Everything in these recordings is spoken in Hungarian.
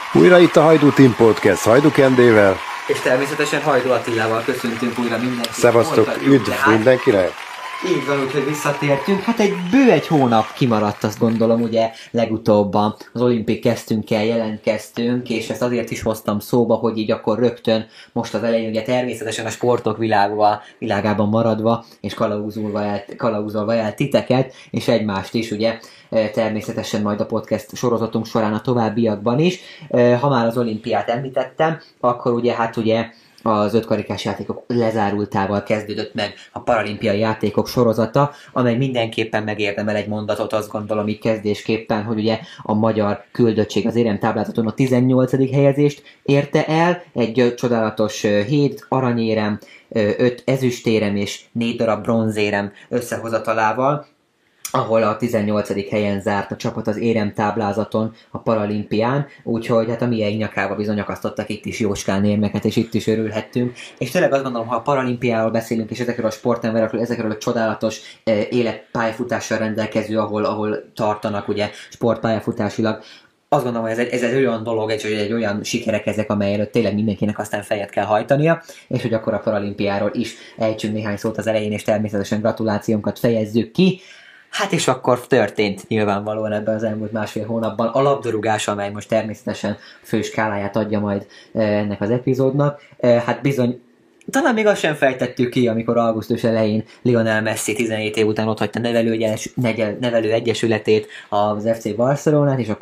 Újra itt a Hajdú Team Podcast, Hajdú Endével. És természetesen Hajdú Attilával köszöntünk újra mindenkit. Szevasztok, üdv mindenkinek! Így van, úgyhogy visszatértünk. Hát bő egy hónap kimaradt, azt gondolom, ugye legutóbb az Olimpik kezdtünkkel jelentkeztünk, és ezt azért is hoztam szóba, hogy így akkor rögtön most az elején ugye természetesen a sportok világában maradva, és kalauzolva el titeket, és egymást is, ugye természetesen majd a podcast sorozatunk során a továbbiakban is. Ha már az olimpiát említettem, akkor ugye az ötkarikás játékok lezárultával kezdődött meg a paralimpiai játékok sorozata, amely mindenképpen megérdemel egy mondatot, azt gondolom így kezdésképpen, hogy ugye a magyar küldöttség az éremtáblázaton a 18. helyezést érte el, egy csodálatos 7 aranyérem, 5 ezüstérem és 4 darab bronzérem összehozatalával, ahol a 18. helyen zárt a csapat az éremtáblázaton a paralimpián, úgyhogy hát a mi nyakába bizony akasztottak itt is jóskán érmeket, és itt is örülhettünk. És tényleg azt gondolom, ha a paralimpiáról beszélünk, és ezekről a sportemberekről, ezekről a csodálatos életpályafutással rendelkező, ahol tartanak ugye sportpályafutásilag, azt gondolom, hogy ez egy olyan dolog, egy olyan sikerek ezek, amely előtt tényleg mindenkinek aztán fejet kell hajtania, és hogy akkor a paralimpiáról is ejtsünk néhány szót az elején, és természetesen gratulációnkat fejezzük ki. Hát és akkor történt nyilvánvalóan ebben az elmúlt másfél hónapban a labdarúgás, amely most természetesen fő skáláját adja majd ennek az epizódnak. Hát bizony, talán még azt sem fejtettük ki, amikor augusztus elején Lionel Messi 17 év után otthagyta nevelő egyesületét, az FC Barcelonát és a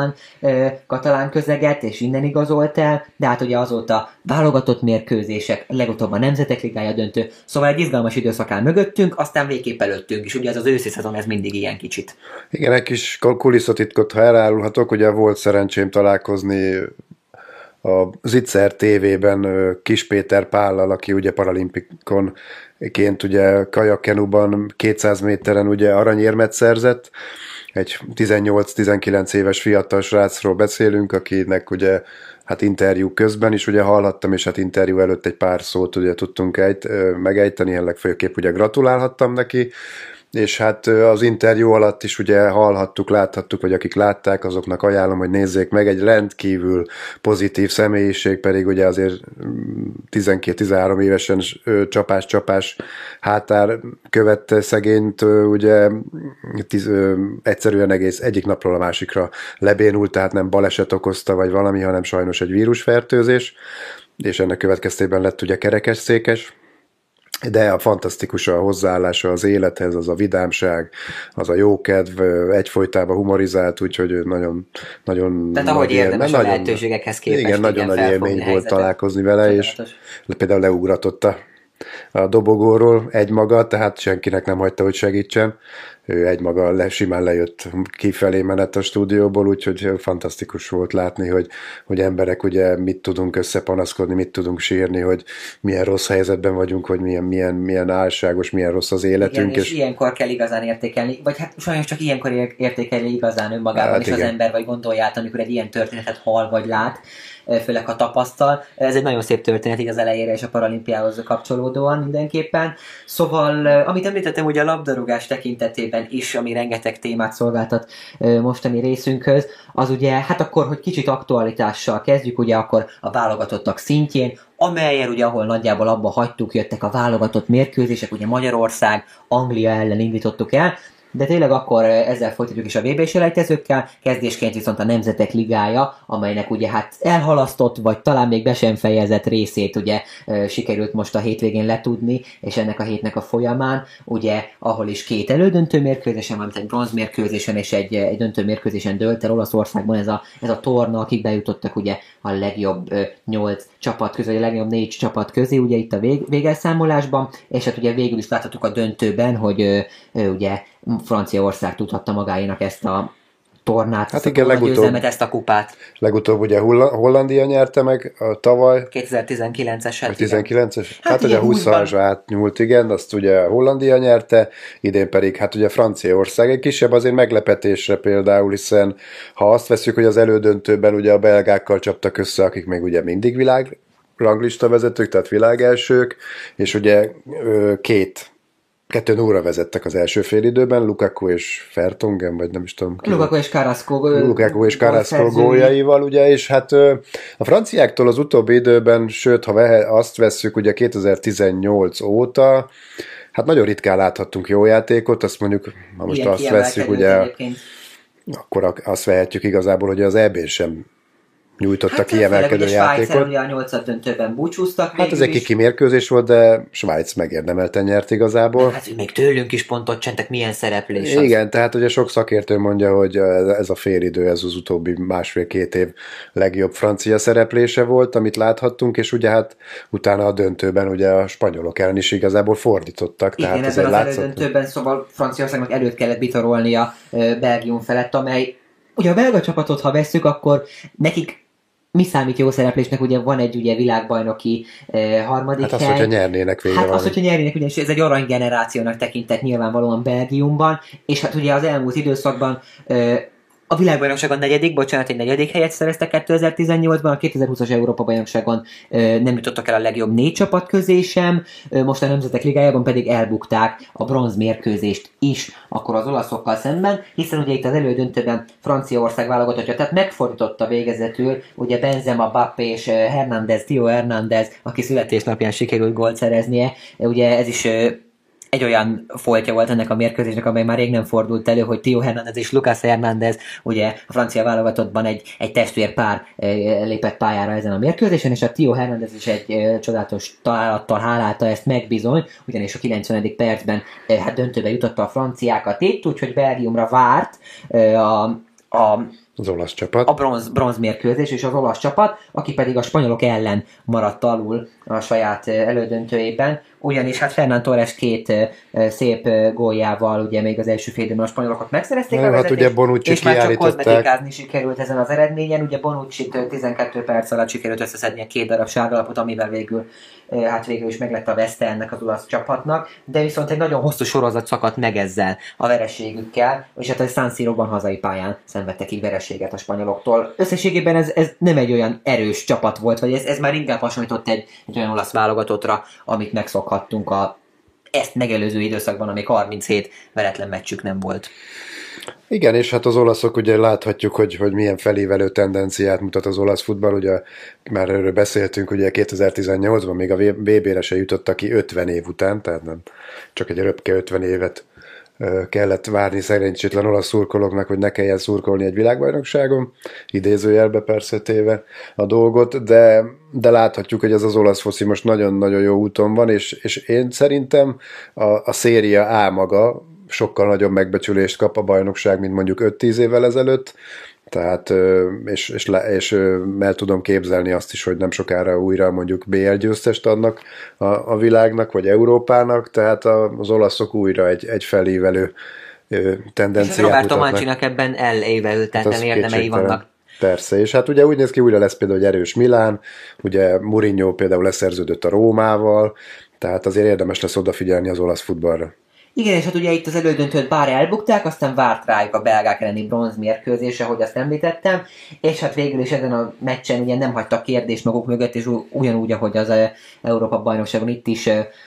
katalán közeget, és innen igazolt el, de hát ugye azóta válogatott mérkőzések, legutóbb a Nemzetek Ligája döntő, szóval egy izgalmas időszak áll mögöttünk, aztán végképp előttünk is, ugye ez az őszi szezon, ez mindig ilyen kicsit. Igen, egy kis kulisszatitkot, ha elárulhatok, ugye volt szerencsém találkozni a Zicser TV-ben Kis Péter Pállal, aki ugye paralimpikonként ugye kajakkenuban 200 méteren ugye aranyérmet szerzett. Egy 18-19 éves fiatal srácról beszélünk, akinek ugye hát interjú közben is ugye hallhattam, és hát interjú előtt egy pár szót ugye tudtunk megejteni, legfőképp ugye gratulálhattam neki, és hát az interjú alatt is ugye hallhattuk, láthattuk, vagy akik látták, azoknak ajánlom, hogy nézzék meg, egy rendkívül pozitív személyiség, pedig ugye azért 12-13 évesen csapás hátár követte szegényt, ugye egyszerűen egyik napról a másikra lebénult, tehát nem baleset okozta, vagy valami, hanem sajnos egy vírusfertőzés, és ennek következtében lett ugye kerekesszékes. De a fantasztikus a hozzáállása az élethez, az a vidámság, az a jókedv, egyfolytában humorizált, úgyhogy nagyon tehát ahogy érdemes a lehetőségekhez képest. Igen, nagyon nagy élmény volt találkozni vele, és például leugratott a dobogóról egymaga, tehát senkinek nem hagyta, hogy segítsen. Ő egymaga simán lejött kifelé menet a stúdióból, úgyhogy fantasztikus volt látni, hogy emberek ugye mit tudunk összepanaszkodni, mit tudunk sírni, hogy milyen rossz helyzetben vagyunk, hogy milyen álságos, milyen rossz az életünk. Igen, és ilyenkor kell igazán értékelni, vagy hát sajnos csak ilyenkor értékelni igazán önmagában is igen. Az ember, vagy gondolja át, amikor egy ilyen történetet hall vagy lát, főleg ha tapasztal. Ez egy nagyon szép történet így az elejére és a paralimpiához kapcsolódóan mindenképpen. Szóval, amit említettem ugye a labdarúgás tekintetében is, ami rengeteg témát szolgáltat mostani részünkhöz, az ugye, hát akkor, hogy kicsit aktualitással kezdjük, ugye akkor a válogatottak szintjén, amelyen ugye, ahol nagyjából abba hagytuk, jöttek a válogatott mérkőzések, ugye Magyarország, Anglia ellen indítottuk el, de tényleg akkor ezzel folytatjuk is a VB-s elejtezőkkel, kezdésként viszont a Nemzetek Ligája, amelynek ugye hát elhalasztott, vagy talán még be sem fejezett részét ugye sikerült most a hétvégén letudni, és ennek a hétnek a folyamán, ugye ahol is 2 elődöntő mérkőzésen, valamint egy bronzmérkőzésen és egy döntő mérkőzésen dőlt el Olaszországban ez a torna, akik bejutottak ugye a legjobb 8 csapat közé, a legjobb 4 csapat közé, ugye itt a végelszámolásban, és hát ugye végül is láthattuk a döntőben, hogy ugye Franciaország tudhatta magáénak ezt a tornát, hát igen, ezt a kupát. Legutóbb ugye Hollandia nyerte meg tavaly. 2019-es. Hát 19-es? Hát ugye 20-as átnyúlt, igen, azt ugye Hollandia nyerte, idén pedig hát ugye Franciaország egy kisebb azért meglepetésre például, hiszen ha azt veszük, hogy az elődöntőben ugye a belgákkal csaptak össze, akik még ugye mindig ranglista vezetők, tehát világelsők, és ugye 2-0-ra vezettek az első félidőben, Lukaku és Vertonghen, vagy nem is tudom ki. Lukaku és Carrasco góljaival, ugye, és hát a franciáktól az utóbbi időben, sőt, ha azt vesszük, ugye 2018 óta, hát nagyon ritkán láthattunk jó játékot, azt mondjuk, ha most azt vesszük, ugye, akkor azt vehetjük igazából, hogy az EB-n sem nyújtottak kiemelkedő játékot. Ugye a 8. döntőben búcsúztak. Hát ez egy kiki mérkőzés volt, de Svájc megérdemelten nyert igazából. Hát még tőlünk is pontot csentek, milyen szereplés az. Igen, tehát ugye sok szakértő mondja, hogy ez a félidő, ez az utóbbi 1,5-2 év legjobb francia szereplése volt, amit láthattunk, és ugye hát utána a döntőben ugye a spanyolok ellen is igazából fordítottak. Igen, tehát ebben az elődöntőben szóval Franciaországnak előtt kellett bitorolnia Belgium felett, amely ugye a belga csapatot, ha vesszük, akkor nekik mi számít jó szereplésnek? Ugye van egy ugye világbajnoki harmadik hely. Hát az, hogyha nyernének végre Hát az, hogyha nyernének, ugyanis ez egy aranygenerációnak tekintett nyilvánvalóan Belgiumban, és hát ugye az elmúlt időszakban a világbajnokságon egy negyedik helyet szereztek 2018-ban, a 2020-as Európa-bajnokságon nem jutottak el a legjobb 4 csapat közé sem, most a Nemzetek Ligájában pedig elbukták a bronzmérkőzést is akkor az olaszokkal szemben, hiszen ugye itt az elődöntőben Franciaország válogatottja, tehát megfordította végezetül ugye Benzema, Mbappé és Tio Hernández, aki születésnapján sikerült gólt szereznie, ugye ez is egy olyan foltja volt ennek a mérkőzésnek, amely már rég nem fordult elő, hogy Tio Hernández és Lucas Hernández, ugye a francia válogatottban egy testvérpár lépett pályára ezen a mérkőzésen, és a Tio Hernández is egy csodálatos találattal hálálta ezt meg bizony, ugyanis a 90. percben hát döntőbe jutotta a franciákat itt, úgyhogy Belgiumra várt az olasz csapat. A bronz mérkőzés, és az olasz csapat, aki pedig a spanyolok ellen maradt alul a saját elődöntőjében, ugyanis hát Fernán Torres 2 szép góljával ugye még az első félidőben a spanyolokat megszerezték a vezetést, ugye Bonucci és már csak kozmetikázni sikerült ezen az eredményen, ugye Bonucci-t 12 perc alatt sikerült összeszednie 2 darab sárgalapot, amivel végül is meglett a veszte ennek az olasz csapatnak, de viszont egy nagyon hosszú sorozat szakadt meg ezzel a vereségükkel, és hát a San Siróban hazai pályán szenvedtek így vereséget a spanyoloktól. Összességében ez nem egy olyan erős csapat volt, vagy ez már inkább hasonlított egy olyan olasz válogatottra, amit megszokhattunk ezt megelőző időszakban, amíg 37 veretlen meccsük nem volt. Igen, és hát az olaszok ugye láthatjuk, hogy milyen felévelő tendenciát mutat az olasz futball, ugye már erről beszéltünk, ugye 2018-ban még a VB-re se jutottak ki 50 év után, tehát nem csak egy röpke 50 évet kellett várni szerencsétlen olasz szurkolóknak, hogy ne kelljen szurkolni egy világbajnokságon, idézőjelbe persze téve a dolgot, de láthatjuk, hogy ez az olasz foci most nagyon-nagyon jó úton van, és én szerintem a Serie A maga sokkal nagyobb megbecsülést kap a bajnokság, mint mondjuk 5-10 évvel ezelőtt, tehát, és el tudom képzelni azt is, hogy nem sokára újra mondjuk BL győztest adnak a világnak, vagy Európának, tehát az olaszok újra egy felívelő tendenciát és Roberto Mancininak ebben elévelhetetlen érdemei vannak. Persze, és hát ugye úgy néz ki, újra lesz például egy erős Milán, ugye Mourinho például leszerződött a Rómával, tehát azért érdemes lesz odafigyelni az olasz futballra. Igen, és hát ugye itt az elődöntőt bár elbukták, aztán várt rájuk a belgák elleni bronzmérkőzése, ahogy azt említettem, és hát végül is ezen a meccsen ugye nem hagytak kérdést maguk mögött, és ugyanúgy, ahogy az Európa-bajnokságon itt is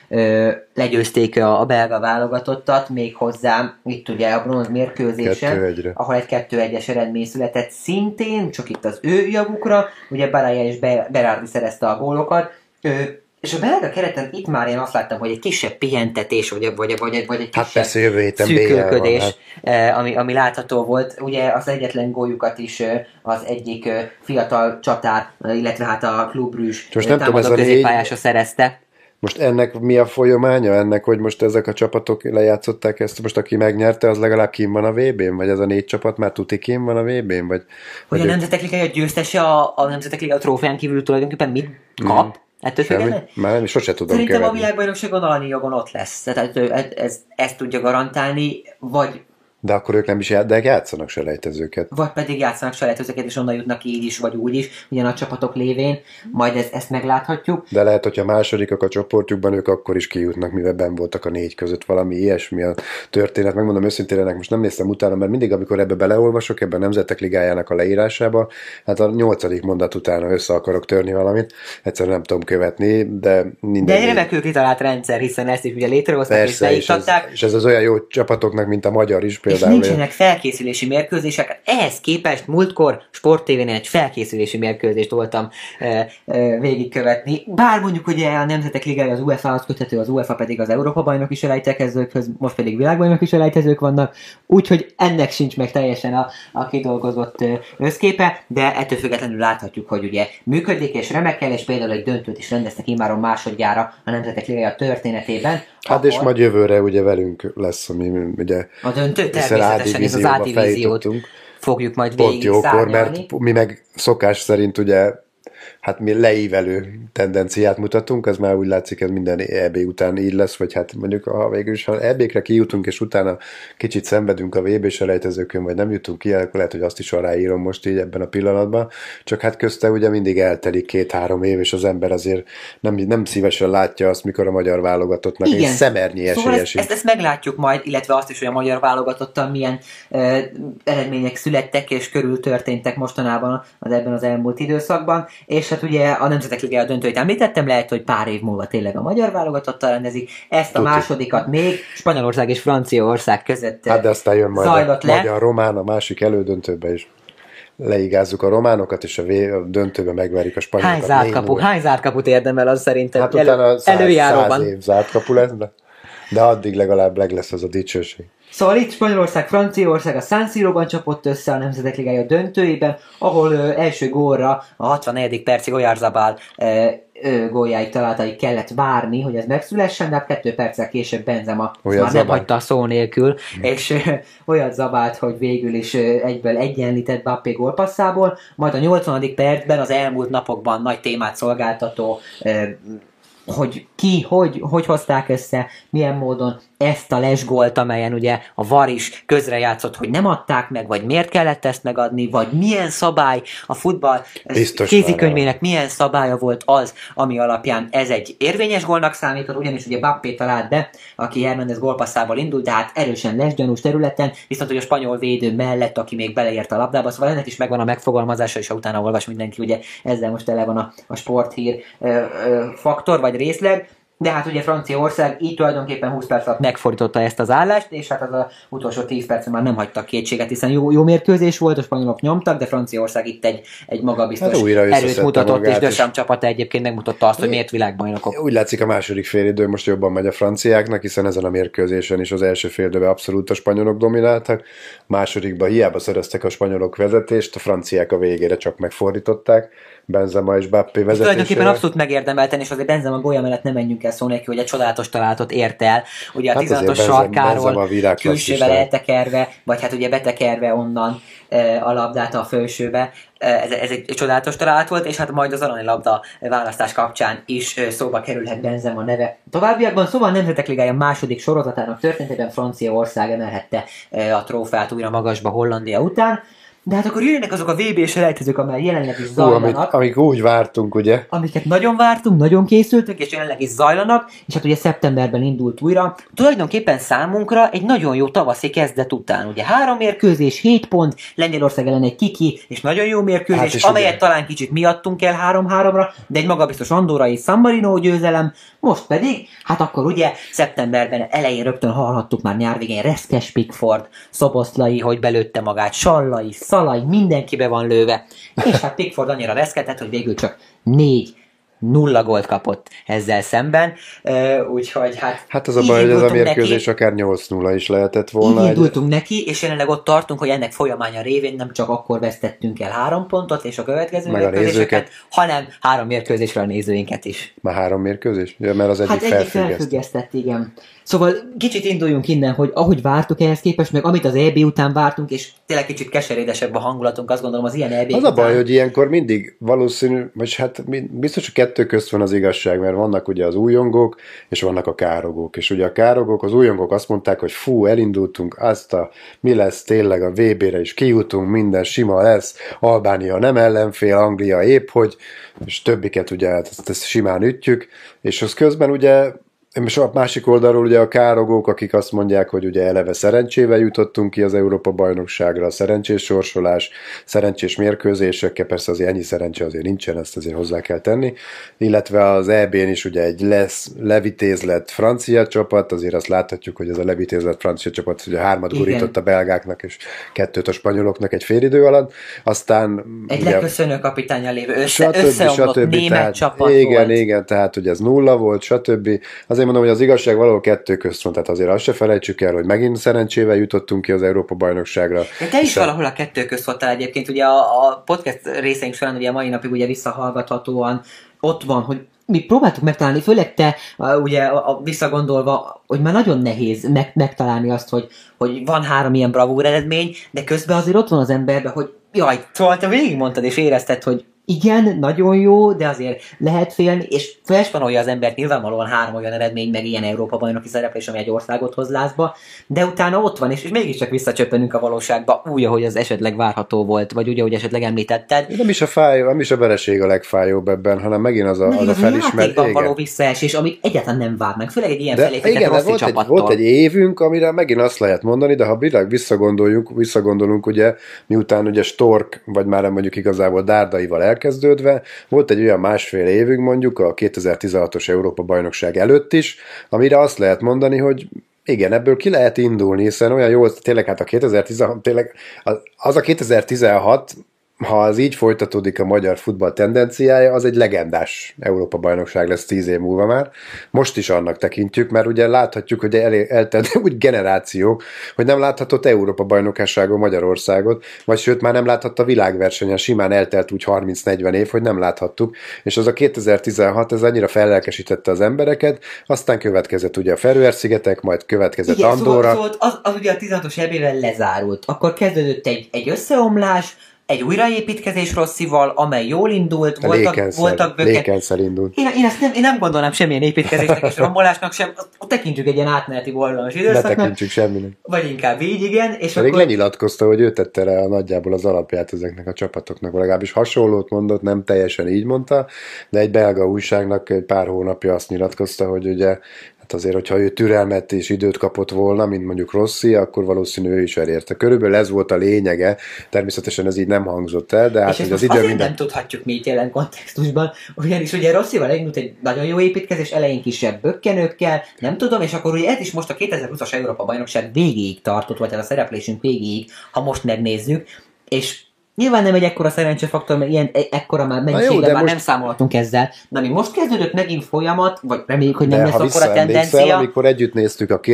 legyőzték a belga válogatottat, méghozzá itt ugye a bronzmérkőzésen, ahol egy 2-1-es eredmény született szintén, csak itt az ő javukra, ugye Baraya és Berardi szerezte a gólokat, és a belga kereten itt már én azt láttam, hogy egy kisebb pihentetés, vagy egy kisebb szűkölködés, ami látható volt. Ugye az egyetlen góljukat is az egyik fiatal csatár, illetve hát a Club Brugge támadó középpályása szerezte. Most ennek mi a folyamánya? Ennek, hogy most ezek a csapatok lejátszották ezt, most aki megnyerte, az legalább kim van a VB-n? Vagy ez a 4 csapat már tuti kim van a VB-n? Hogy a Nemzetek Ligája győztese a Nemzetek Ligája trófeán kívül tulajdonképpen mit kap? Már nem is sose tudom szerintem keverni. A világbajnokságon alanyi jogon ott lesz. Tehát ezt tudja garantálni, vagy De akkor ők nem is de játszanak selejtezőket. Vagy pedig játszanak selejtezőket, és onnan jutnak így is, vagy úgy is, ugyan a csapatok lévén, majd ezt megláthatjuk. De lehet, hogyha másodikak a csoportjukban, ők akkor is kijutnak, mivel benn voltak a 4 között, valami ilyesmi a történet. Megmondom őszintén, ennek most nem néztem utána, mert mindig, amikor ebbe beleolvasok, ebben a Nemzetek Ligájának a leírásába, hát a 8. mondat utána össze akarok törni valamit, egyszerűen nem tudom követni, de minden. De egy remekül kitalált rendszer, hiszen ezt is ugye létrehozták és beiktatták. És ez az olyan jó csapatoknak, mint a magyar is például. És nincsenek felkészülési mérkőzések. Ehhez képest múltkor Sport TV-nél egy felkészülési mérkőzést voltam végigkövetni. Bár mondjuk ugye a Nemzetek Ligája az UEFA-hoz köthető, az UEFA pedig az Európa-bajnoki selejtezőkhöz, most pedig világbajnoki selejtezők vannak, úgyhogy ennek sincs meg teljesen a kidolgozott összképe, de ettől függetlenül láthatjuk, hogy ugye működik és remekkel, és például egy döntőt is rendeztek immáron másodjára a Nemzetek Ligája történetében. Hát és majd jövőre ugye velünk lesz, ami ugye a döntő természetesen, és az A-divíziót fogjuk majd végig jókor, mert mi meg szokás szerint ugye hát mi leívelő tendenciát mutatunk, az már úgy látszik, ez minden EB után így lesz, vagy hát mondjuk ha végül is, ha EB-kre kijutunk, és utána kicsit szenvedünk a VB-selejtezőkön, vagy nem jutunk ki, akkor lehet, hogy azt is aláírom most így ebben a pillanatban, csak hát közte ugye mindig eltelik 2-3 év, és az ember azért nem szívesen látja azt, mikor a magyar válogatottnak egy szemernyi esélye szóval ezt meglátjuk majd, illetve azt is, hogy a magyar válogatottan milyen eredmények születtek, és körül történtek mostanában ebben az elmúlt időszakban, és hát ugye a Nemzetek Ligája döntőit említettem, lehet, hogy pár év múlva tényleg a magyar válogatottal rendezik. Ezt a másodikat még Spanyolország és Franciaország között hát de aztán jön majd a magyar-román, a másik elődöntőbe is. Leigázzuk a románokat, és a döntőben megverik a spanyolokat. Hány zártkaput érdemel az szerintem hát utána előjáróban? 100 év zártkapu lesz, de addig legalább lesz az a dicsőség. Szóval itt Spanyolország, Franciaország a San Siróban csapott össze a Nemzetek Ligája döntőjében, ahol első gólra a 64. percig Oyarzabal góljáig találatáig kellett várni, hogy ez megszülessen, de hát 2 perccel később Benzema már nem hagyta a szó nélkül, és olyat zabált, hogy végül is egyből egyenlített Mbappé gólpasszából, majd a 80. percben az elmúlt napokban nagy témát szolgáltató hogy hogy hozták össze, milyen módon ezt a lesgólt, amelyen ugye a VAR is közrejátszott, hogy nem adták meg, vagy miért kellett ezt megadni, vagy milyen szabály a futball kézikönyvének milyen szabálya volt az, ami alapján ez egy érvényes gólnak számított, ugyanis ugye Mbappé talált be, aki Hernández gólpasszából indult, de hát erősen lesgyanús területen, viszont hogy a spanyol védő mellett, aki még beleért a labdába, szóval ennek is megvan a megfogalmazása, és ha utána olvas mindenki, ugye ezzel most tele van a sporthír faktor, vagy részleg, de hát ugye Franciaország így tulajdonképpen 20 perc alatt megfordította ezt az állást, és hát az utolsó 10 percen már nem hagytak kétséget, hiszen jó mérkőzés volt, a spanyolok nyomtak, de Franciaország itt egy magabiztos erőt mutatott, és Deschamps csapata egyébként megmutatta azt, hogy miért világbajnokok. Úgy látszik, a második félidő most jobban megy a franciáknak, hiszen ezen a mérkőzésen is az első félidőben abszolút a spanyolok domináltak, másodikban hiába szereztek a spanyolok vezetést, a franciák a végére csak megfordították Benzema és Mbappé vezetésére. Tulajdonképpen abszolút megérdemelten, és azért Benzema gólya mellett nem menjünk el szó neki, hogy egy csodálatos találatot ért el. Ugye a 16-os sarkáról külsővel eltekerve, vagy hát ugye betekerve onnan a labdát a felsőbe. Ez egy csodálatos találat volt, és hát majd az aranylabda választás kapcsán is szóba kerülhet Benzema neve. Továbbiakban szóval a Nemzetek Ligája második sorozatának történetében Franciaország emelhette a trófeát újra magasba Hollandia után. De hát akkor jöjjenek azok a VB-selejtezők, amely jelenleg is zajlanak. Amik úgy vártunk, ugye? Amiket nagyon vártunk, nagyon készültünk, és jelenleg is zajlanak, és hát ugye szeptemberben indult újra. Tulajdonképpen számunkra egy nagyon jó tavaszi kezdet után. Ugye 3 mérkőzés, 7 pont, Lengyelország ellen egy kiki, és nagyon jó mérkőzés, hát amelyet ugye talán kicsit miattunk el 3-3-ra, de egy magabiztos Andorra és San Marino győzelem. Most pedig, hát akkor ugye szeptemberben elején rögtön hallhattuk már nyár végén Reszkes Pickford, Szoboszlai, hogy belőtte magát, Sallai, Szalai, mindenki be van lőve. És hát Pickford annyira reszketett, hogy végül csak 4-0 gólt kapott ezzel szemben. Úgyhogy hát az a baj, hogy ez a mérkőzés akár 8-0 is lehetett volna. Így indultunk neki, és jelenleg ott tartunk, hogy ennek folyamánya révén nem csak akkor vesztettünk el 3 pontot, és a következő mérkőzéseket, hanem 3 mérkőzésre a nézőinket is. Már 3 mérkőzés? Ja, mert az egyik felfüggesztett, igen. Szóval kicsit induljunk innen, hogy ahogy vártuk ehhez képest, meg amit az EB után vártunk, és tényleg kicsit keserédesebb a hangulatunk, azt gondolom az ilyen EB az után. A baj, hogy ilyenkor mindig valószínű, vagy hát biztos, hogy kettő közt van az igazság, mert vannak ugye az újongók, és vannak a károgók. És ugye a károgók, az újongók azt mondták, hogy fú, elindultunk, mi lesz tényleg a VB-re is kijutunk, minden sima lesz, Albánia nem ellenfél, Anglia épp hogy, és többiket ugye ezt simán ütjük, és az közben ugye és a másik oldalról ugye a károgók, akik azt mondják, hogy ugye eleve szerencsével jutottunk ki az Európa-bajnokságra, a szerencsés sorsolás, szerencsés mérkőzésekkel, persze azért ennyi szerencse azért nincsen, ezt azért hozzá kell tenni, illetve az EB-n is ugye egy levitézlett francia csapat, azért azt láthatjuk, hogy ez a levitézlett francia csapat ugye 3 gurított a belgáknak, és 2 a spanyoloknak egy félidő alatt, aztán egy ugye, leköszönő kapitánya lévő összeomlott német tehát, csapat igen, volt. Igen, tehát ugye ez 0 volt, stb. Azért mondom, hogy az igazság valahol kettő közt van, tehát azért azt se felejtsük el, hogy megint szerencsével jutottunk ki az Európa-bajnokságra. De te is valahol a kettő közt voltál egyébként, ugye a podcast részeink során ugye a mai napig ugye visszahallgathatóan ott van, hogy mi próbáltuk megtalálni, főleg te ugye visszagondolva, hogy már nagyon nehéz megtalálni azt, hogy van 3 ilyen bravúr eredmény, de közben azért ott van az emberben, hogy jaj, szóval te végigmondtad és érezted, hogy igen, nagyon jó, de azért lehet félni, és felspanolja az embert nyilvánvalóan 3 olyan eredmény, meg ilyen Európa-bajnoki szereplés, ami egy országot hoz lázba, de utána ott van, és mégiscsak visszacsöppenünk a valóságba, úgy, ahogy az esetleg várható volt, vagy úgy, ahogy esetleg említetted. Nem is a vereség a legfájóbb ebben, hanem megint az a felismerés. Igen, való visszaesés, amit egyáltalán nem vár meg, főleg egy ilyen felépített rossz csapattól. Volt egy évünk, amire megint azt lehet mondani, de ha visszagondolunk, ugye, miután ugye Stork, vagy már mondjuk igazából Dárdaival elkezdődve, volt egy olyan 1,5 évünk mondjuk a 2016-os Európa-bajnokság előtt is, amire azt lehet mondani, hogy igen, ebből ki lehet indulni, hiszen olyan jó, tényleg hát a 2016, tényleg az a 2016, ha az így folytatódik a magyar futball tendenciája, az egy legendás Európa-bajnokság lesz 10 év múlva már. Most is annak tekintjük, mert ugye láthatjuk, hogy eltelt úgy generációk, hogy nem láthatott Európa-bajnokságon Magyarországot, vagy sőt már nem láthatta világversenyen, simán eltelt úgy 30-40 év, hogy nem láthattuk, és az a 2016, ez annyira fellelkesítette az embereket, aztán következett ugye a Feröer-szigetek, majd következett igen, Andorra. Szóval az ugye a 16-os EB-vel lezárult. Akkor kezdődött egy összeomlás, egy újraépítkezés Rosszival, amely jól indult, voltak bökek. Lékenszer indult. Én nem gondolnám semmilyen építkezésnek és rombolásnak sem, tekintsük egy ilyen átmeneti borzalmas időszaknak. Ne tekintsük semminek. Vagy inkább így, igen. És pedig akkor lenyilatkozta, hogy ő tette le nagyjából az alapját ezeknek a csapatoknak, legalábbis hasonlót mondott, nem teljesen így mondta, de egy belga újságnak egy pár hónapja azt nyilatkozta, hogy ugye hát azért, hogyha ő türelmet és időt kapott volna, mint mondjuk Rossi, akkor valószínű ő is elérte. Körülbelül ez volt a lényege, természetesen ez így nem hangzott el, de hát hogy az idő minden... nem tudhatjuk mit jelen kontextusban, ugyanis ugye Rossival elindult egy nagyon jó építkezés, elején kisebb bökkenőkkel, nem tudom, és akkor ugye ez is most a 2020-as Európa-bajnokság végéig tartott, vagy a szereplésünk végéig, ha most megnézzük, és nyilván nem egy ekkora szerencsefaktor, mert ekkora már mennyiségben már nem számolhatunk ezzel. De ami most kezdődött megint folyamat, vagy reméljük, hogy nem lesz akkora tendencia. Amikor együtt néztük a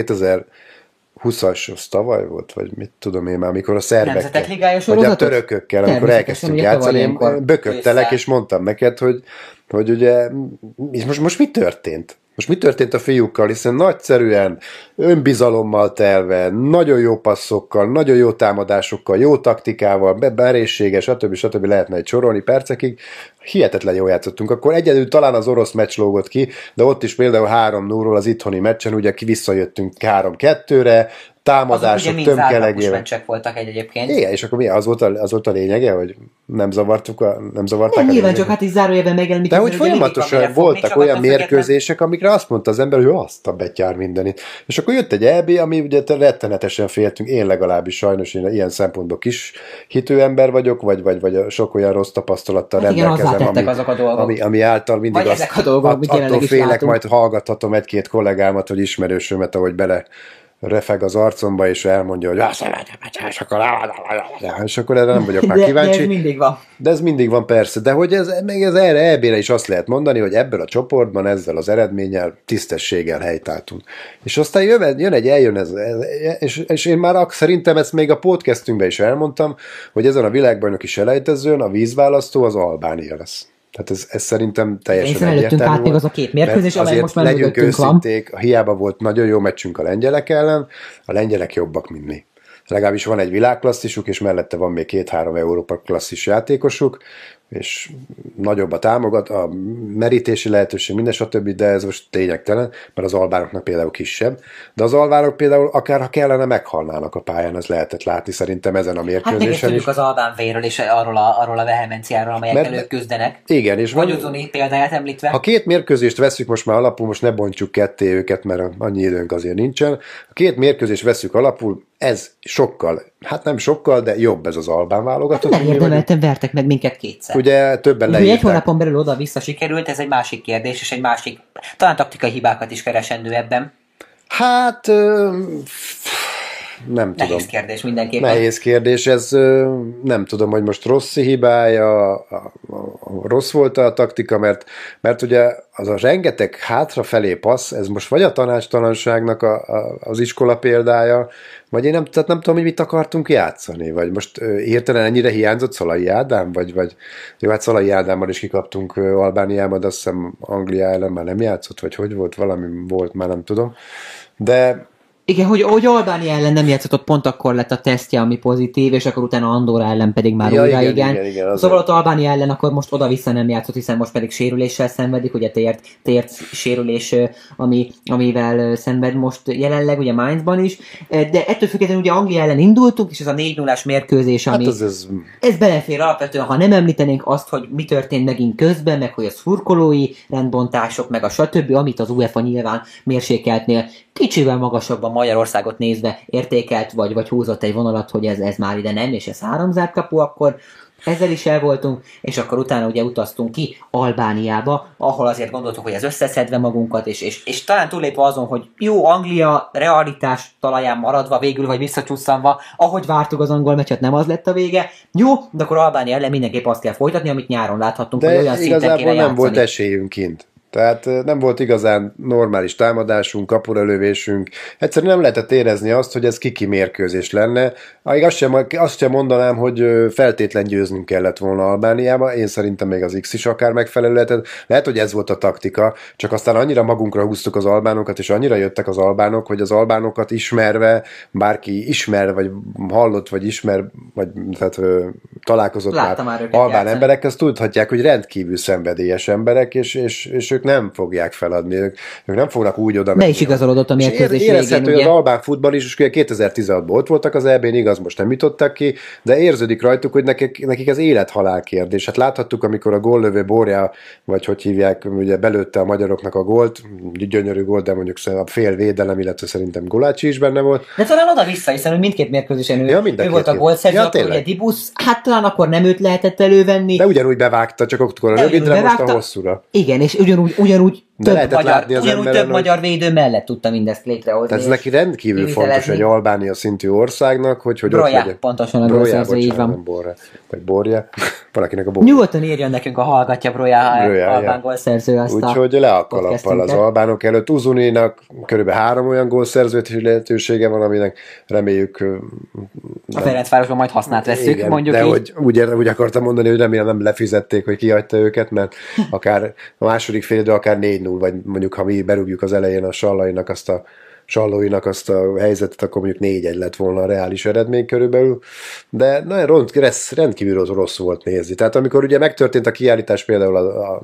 2020-as, az tavaly volt, vagy mit tudom én már, amikor a szerbekkel, vagy a törökökkel, amikor elkezdtünk játszani, én bököttelek, és mondtam neked, hogy ugye, most mi történt? Most mi történt a fiúkkal, hiszen nagyszerűen, önbizalommal telve, nagyon jó passzokkal, nagyon jó támadásokkal, jó taktikával, berészsége, stb. Lehetne egy sorolni percekig, hihetetlen jól játszottunk. Akkor egyedül talán az orosz meccs lógott ki, de ott is például 3-0-ról az itthoni meccsen, ugye visszajöttünk 3-2-re, támadások tömkelegével. Meccsek voltak egyébként. Igen, és akkor mi? Az volt a lényege, hogy nem zavarták? Nem, nyilván csak hát is zárójelben megemlíteni. De hogy folyamatosan voltak olyan mérkőzések, amikre azt mondta az ember, hogy azt a betyár mindenit. És akkor jött egy EB, ami ugye rettenetesen féltünk, én legalábbis sajnos én ilyen szempontból kis hitő ember vagyok, vagy sok olyan rossz tapasztalattal rendelkezem, ami által mindig attól félek, majd hallgathatom egy-két kollégámat, vagy ismerősömet, ahogy bele refeg az arcomba, és elmondja, hogy és akkor erre nem vagyok már kíváncsi. De ez mindig van. De ez mindig van, persze. De hogy még ez erre EB-re is azt lehet mondani, hogy ebből a csoportban ezzel az eredménnyel tisztességgel helytáltunk. És aztán eljön ez, és én már szerintem ezt még a podcastünkben is elmondtam, hogy ezen a világbajnoki selejtezőn a vízválasztó az Albánia lesz. Tehát ez szerintem teljesen egyértelmű volt. Az a 2 mérkőzés, amely most már legyünk őszinték, hiába volt nagyon jó meccsünk a lengyelek ellen, a lengyelek jobbak, mint mi. Legalábbis van egy világklasszisuk, és mellette van még 2-3 Európa klasszis játékosuk, és nagyobb a merítési lehetőség, minden stb., de ez most lényegtelen, mert az albánoknak például kisebb. De az albánok például akár ha kellene meghalnának a pályán, ez lehetett látni szerintem ezen a mérkőzésen. Hát tudjuk az albán vérről és arról a vehemenciáról, amelyekkel ők küzdenek. Igen, és vagy Uzuni példáját említve. Ha két mérkőzést veszük most már alapul, most ne bontsuk ketté őket, mert annyi időnk azért nincsen. Ha két mérkőzést veszük alapul, ez sokkal, hát nem sokkal, de jobb ez az albán válogatott. Hát megérdemelten vertek meg minket kétszer. Ugye többen leírták. Egy hónapon belül oda-vissza sikerült, ez egy másik kérdés, és egy másik, talán taktikai hibákat is keresendő ebben. Hát nem tudom. Nehéz kérdés mindenképpen. Nehéz kérdés, ez nem tudom, hogy most Rossi hibája, rossz volt a taktika, mert ugye az a rengeteg hátrafelé passz, ez most vagy a tanácstalanságnak az iskola példája, vagy én nem tudom, hogy mit akartunk játszani, vagy most hirtelen ennyire hiányzott Szalai Ádám, vagy jó, hát Szalai Ádámmal is kikaptunk Albániában, de azt hiszem Anglia ellen már nem játszott, vagy hogy volt, valami volt, már nem tudom, de igen, hogy Albánia ellen nem játszott, pont akkor lett a tesztje, ami pozitív, és akkor utána Andorra ellen pedig már újra igen. Szóval ott Albánia ellen akkor most oda-vissza nem játszott, hiszen most pedig sérüléssel szenvedik, ugye tért sérülés, amivel szenved most jelenleg, ugye Mainzban is, de ettől függetlenül ugye Anglia ellen indultunk, és ez a 4-0-ás mérkőzés, ami hát ez belefér alapvetően, ha nem említenénk azt, hogy mi történt megint közben, meg hogy a szurkolói rendbontások, meg a stb., amit az UEFA nyilván mérsékeltnél kicsivel magasabban Magyarországot nézve értékelt, vagy húzott egy vonalat, hogy ez már ide nem, és ez 3 zárt kapu, akkor ezzel is el voltunk, és akkor utána ugye utaztunk ki Albániába, ahol azért gondoltuk, hogy ez összeszedve magunkat, és talán túllépve azon, hogy jó, Anglia realitás talaján maradva végül, vagy visszacsúszanva, ahogy vártuk az angol meccset, nem az lett a vége. Jó, de akkor Albánia ellen mindenképp azt kell folytatni, amit nyáron láthattunk, hogy olyan szinten kéne játszani. De nem volt esélyünk kint. Tehát nem volt igazán normális támadásunk, kapuralövésünk. Egyszerűen nem lehetett érezni azt, hogy ez kiki mérkőzés lenne. Azt sem mondanám, hogy feltétlen győznünk kellett volna Albániába. Én szerintem még az X is akár megfelelő lehetett. Lehet, hogy ez volt a taktika, csak aztán annyira magunkra húztuk az albánokat, és annyira jöttek az albánok, hogy az albánokat ismerve, bárki ismer, vagy hallott, vagy ismer, vagy tehát, találkozott már albán emberekkel, azt tudhatják, hogy rendkívül szenvedélyes emberek, és ők nem fogják feladni, ők nem fognak úgy oda menni. Be is igazolódott a mérkőzés végén, érezhető, hogy az albán futball is 2016-ban ott voltak az EB-n, igaz, most nem jutottak ki, de érződik rajtuk, hogy nekik az élet-halál kérdés. Hát láthattuk, amikor a góllövő Borja, vagy hogy hívják, ugye belőtte a magyaroknak a gólt, gyönyörű gólt, de mondjuk a fél védelem, illetve szerintem Gulácsi is benne volt. De talán oda-vissza, hiszen mindkét mérkőzésen ő volt a gólszerző, akkor ugye Dibusz, hát talán akkor nem őt lehetett elővenni. De ugyanúgy bevágta, csak akkor a rövidre, most a hosszúra. Igen, és ugyanúgy több magyar védő mellett tudta mindezt létrehozni. Tehát ez neki rendkívül fontos egy Albánia szintű országnak, hogy Broja, ott legyen. Pontosan a gólszerző, így van. Nem Borja, vagy Borja. Valakinek a Borja. Nyugodtan írjon nekünk a hallgatja Broja albán gólszerző azt. Úgyhogy le a kalappal az albánok előtt. Uzuninak körülbelül 3 olyan gólszerzőt lehetősége van, aminek reméljük a Ferencvárosban majd hasznát vesszük, igen, mondjuk de így. Úgy akartam mondani, hogy remélem nem lefizették, hogy kihagyta őket, mert akár a második fél idő, akár 4-0, vagy mondjuk ha mi berúgjuk az elején a Sallóinak azt a helyzetet, akkor mondjuk 4-1 lett volna a reális eredmény körülbelül, de nagyon rendkívül rossz volt nézni. Tehát amikor ugye megtörtént a kiállítás például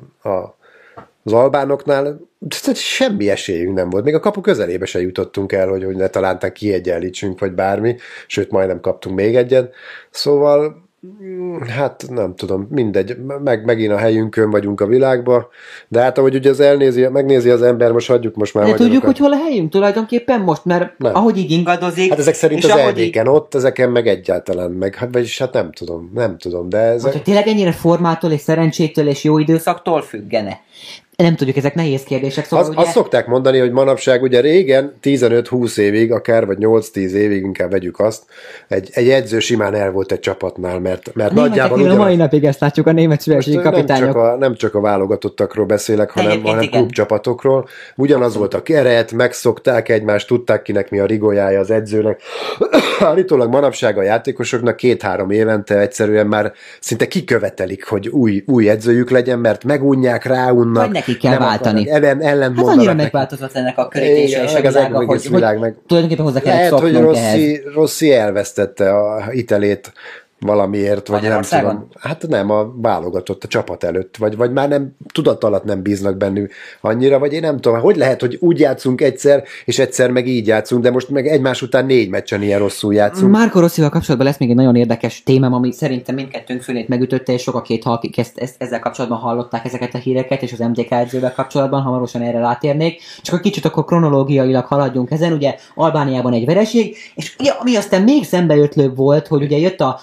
az albánoknál, semmi esélyünk nem volt. Még a kapu közelébe se jutottunk el, hogy ne talántán kiegyenlítsünk, vagy bármi, sőt majdnem kaptunk még egyet. Szóval hát nem tudom, mindegy, megint a helyünkön vagyunk a világban, de hát ahogy ugye megnézi az ember, most hagyjuk most már. De tudjuk, hogy hol a helyünk tulajdonképpen most, mert nem. Ahogy így ingadozik. Hát ezek szerint az EB-ken ott, ezeken meg egyáltalán meg, vagyis hát nem tudom, de ezek. Hogy tényleg ennyire formától és szerencsétől és jó időszaktól függene? Nem tudjuk, ezek nehéz kérdések. Szóval azt szokták mondani, hogy manapság ugye régen 15-20 évig, akár vagy 8-10 évig, inkább vegyük azt, egy edző simán el volt egy csapatnál, mert nagyjából a mai napig ezt látjuk a német szövetségi kapitányok. Nem csak a válogatottakról beszélek, hanem klubcsapatokról. Ugyanaz volt a keret, megszokták egymást, tudták kinek mi a rigójája az edzőnek. Állítólag manapság a játékosoknak 2-3 évente egyszerűen már szinte kikövetelik, hogy új edzőjük legyen, mert megunják, ráunnak. Kell váltani. Hát annyira megváltozott ennek a körítése és a világa, hogy tulajdonképpen hozzá kellett szoknunk ehhez. Rossi elvesztette a hitelét valamiért, vagy nem tudom. Hát nem, a válogatott, a csapat előtt, vagy már nem, tudat alatt nem bíznak bennük annyira, vagy én nem tudom, hogy lehet, hogy úgy játszunk egyszer, és egyszer meg így játszunk, de most meg egymás után 4 meccsen ilyen rosszul játszunk. Marco Rossival kapcsolatban lesz még egy nagyon érdekes témám, ami szerintem mindkettőnk fülét megütötte, és sokakét, akik ezzel kapcsolatban hallották ezeket a híreket, és az MTK edzővel kapcsolatban, hamarosan erre rátérnék. Csak egy kicsit akkor kronológiailag haladjunk ezen, ugye Albániában egy vereség, és ugye, ami aztán még szembeötlőbb volt, hogy ugye jött a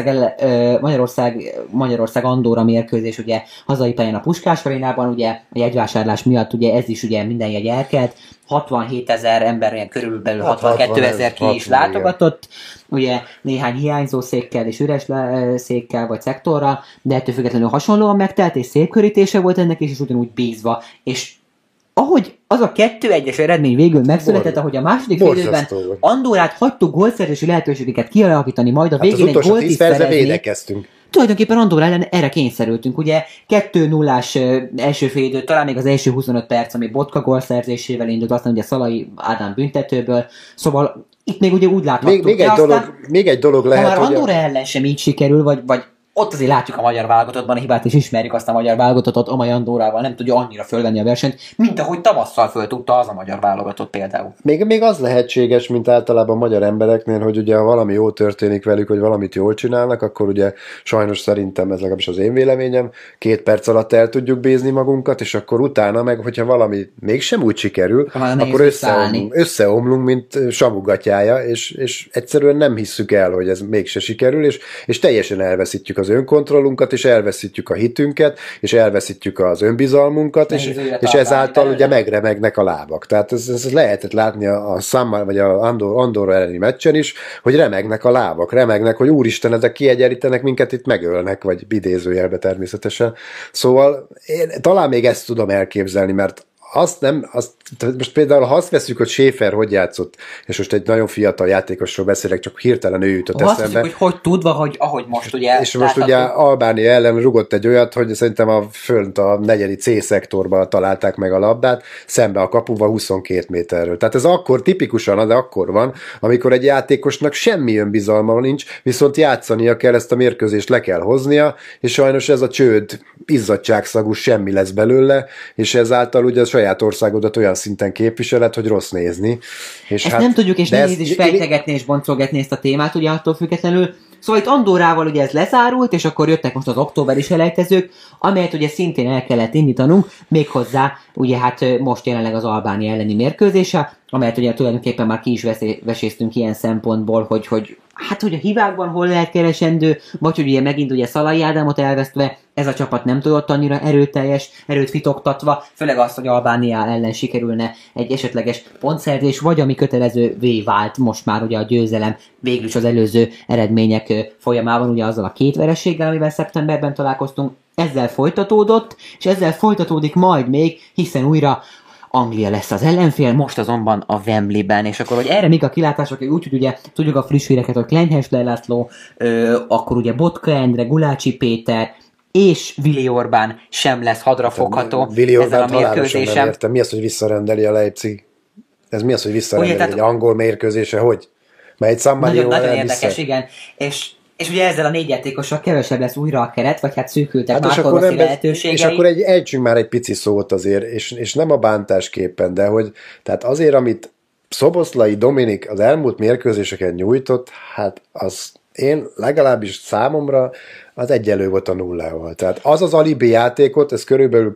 Magyarország Andorra mérkőzés, ugye hazai pályán a Puskás Arénában, ugye a jegyvásárlás miatt ugye ez is ugye minden jegy elkelt, 67 000 ember, ilyen körülbelül 62 000 ki is látogatott, ugye néhány hiányzó székkel és üres székkel vagy szektorral, de ettől függetlenül hasonlóan megtelt, és szép körítése volt ennek is, és ugyanúgy bízva, és ahogy az a 2-1-es eredmény végül megszületett, ahogy a második félidőben Andorrát hagytuk gólszerzési lehetőségeket kialakítani, majd a végén egy gólt is szerezni. Tulajdonképpen Andorra ellen erre kényszerültünk, ugye 2-0-ás első félidő, talán még az első 25 perc, ami Botka gólszerzésével indult, aztán ugye Szalai Ádám büntetőből, szóval itt még ugye úgy láthattuk. Még egy dolog lehet, ha már Andorra ellen sem így sikerül, vagy ott azért látjuk a magyar válogatottban a hibát, és ismerjük azt a magyar válogatottat, amely Andorrával nem tudja annyira fölvenni a versenyt, mint ahogy tavasszal föl tudta az a magyar válogatott például. Még az lehetséges, mint általában a magyar embereknél, hogy ugye ha valami jó történik velük, hogy valamit jól csinálnak, akkor ugye sajnos szerintem, ez legalábbis az én véleményem, 2 perc alatt el tudjuk bízni magunkat, és akkor utána meg, hogyha valami mégsem úgy sikerül, akkor összeomlunk, mint samugatyája, és egyszerűen nem hisszük el, hogy ez mégse sikerül, és teljesen elveszítjük az önkontrollunkat, és elveszítjük a hitünket, és elveszítjük az önbizalmunkat, és ezáltal ugye megremegnek a lábak. Tehát ez lehetett látni a Sammal, vagy a Andorra elleni meccsen is, hogy remegnek a lábak, remegnek, hogy úristen, ezek kiegyenlítenek minket, itt megölnek, vagy idézőjelbe természetesen. Szóval én talán még ezt tudom elképzelni, mert most például, ha azt veszük, hogy Schäfer hogy játszott, és most egy nagyon fiatal játékosról beszélek, csak hirtelen ő jutott eszembe. Azt veszük, hogy tudva, ahogy most ugye... És most ugye Albánia ellen rugott egy olyat, hogy szerintem fönt a 4. C-szektorban találták meg a labdát, szembe a kapuval 22 méterről. Tehát ez akkor tipikusan, de akkor van, amikor egy játékosnak semmi önbizalma nincs, viszont játszania kell, ezt a mérkőzést le kell hoznia, és sajnos ez a csőd, izzadságszagú semmi lesz belőle, és ezáltal ugye a saját országodat olyan szinten képviselet, hogy rossz nézni. És ezt nem tudjuk, és nehéz is fejtegetni és boncolgatni ezt a témát, ugye attól függetlenül. Szóval itt Andorrával ugye ez lezárult, és akkor jöttek most az októberi selejtezők, amelyet ugye szintén el kellett indítanunk, méghozzá ugye hát most jelenleg az Albánia elleni mérkőzése, amelyet ugye tulajdonképpen már ki is veséztünk ilyen szempontból, hogy a hibákban hol lehet keresendő, vagy hogy ugye megint ugye Szalai Ádámot elvesztve, ez a csapat nem tudott annyira erőt fitoktatva, főleg azt, hogy Albánia ellen sikerülne egy esetleges pontszerzés, vagy ami kötelezővé vált most már ugye a győzelem végül is az előző eredmények folyamában, ugye azzal a 2 vereséggel, amivel szeptemberben találkoztunk, ezzel folytatódott, és ezzel folytatódik majd még, hiszen újra Anglia lesz az ellenfél, most azonban a Wembleyben, és akkor, hogy erre még a kilátások, úgy, hogy ugye tudjuk a friss híreket, hogy Klein-Hessler László, akkor ugye Botka Endre, Gulácsi Péter, és Willi Orbán sem lesz hadrafogható ezen a mérkőzésen. Értem. Mi az, hogy visszarendeli a Leipzig? Ez mi az, hogy visszarendeli egy angol mérkőzése? Hogy? Mert egy San Marino nagyon érdekes, igen. És ugye ezzel a 4 játékossal kevesebb lesz újra a keret, vagy hát szűkültek Marco Rossi lehetőségei. És akkor ejtsünk már egy pici szót azért, és nem a bántásképpen, de hogy tehát azért, amit Szoboszlai Dominik az elmúlt mérkőzéseken nyújtott, hát az én legalábbis számomra az egyenlő volt a nullával. Tehát az az alibi játékot, ez körülbelül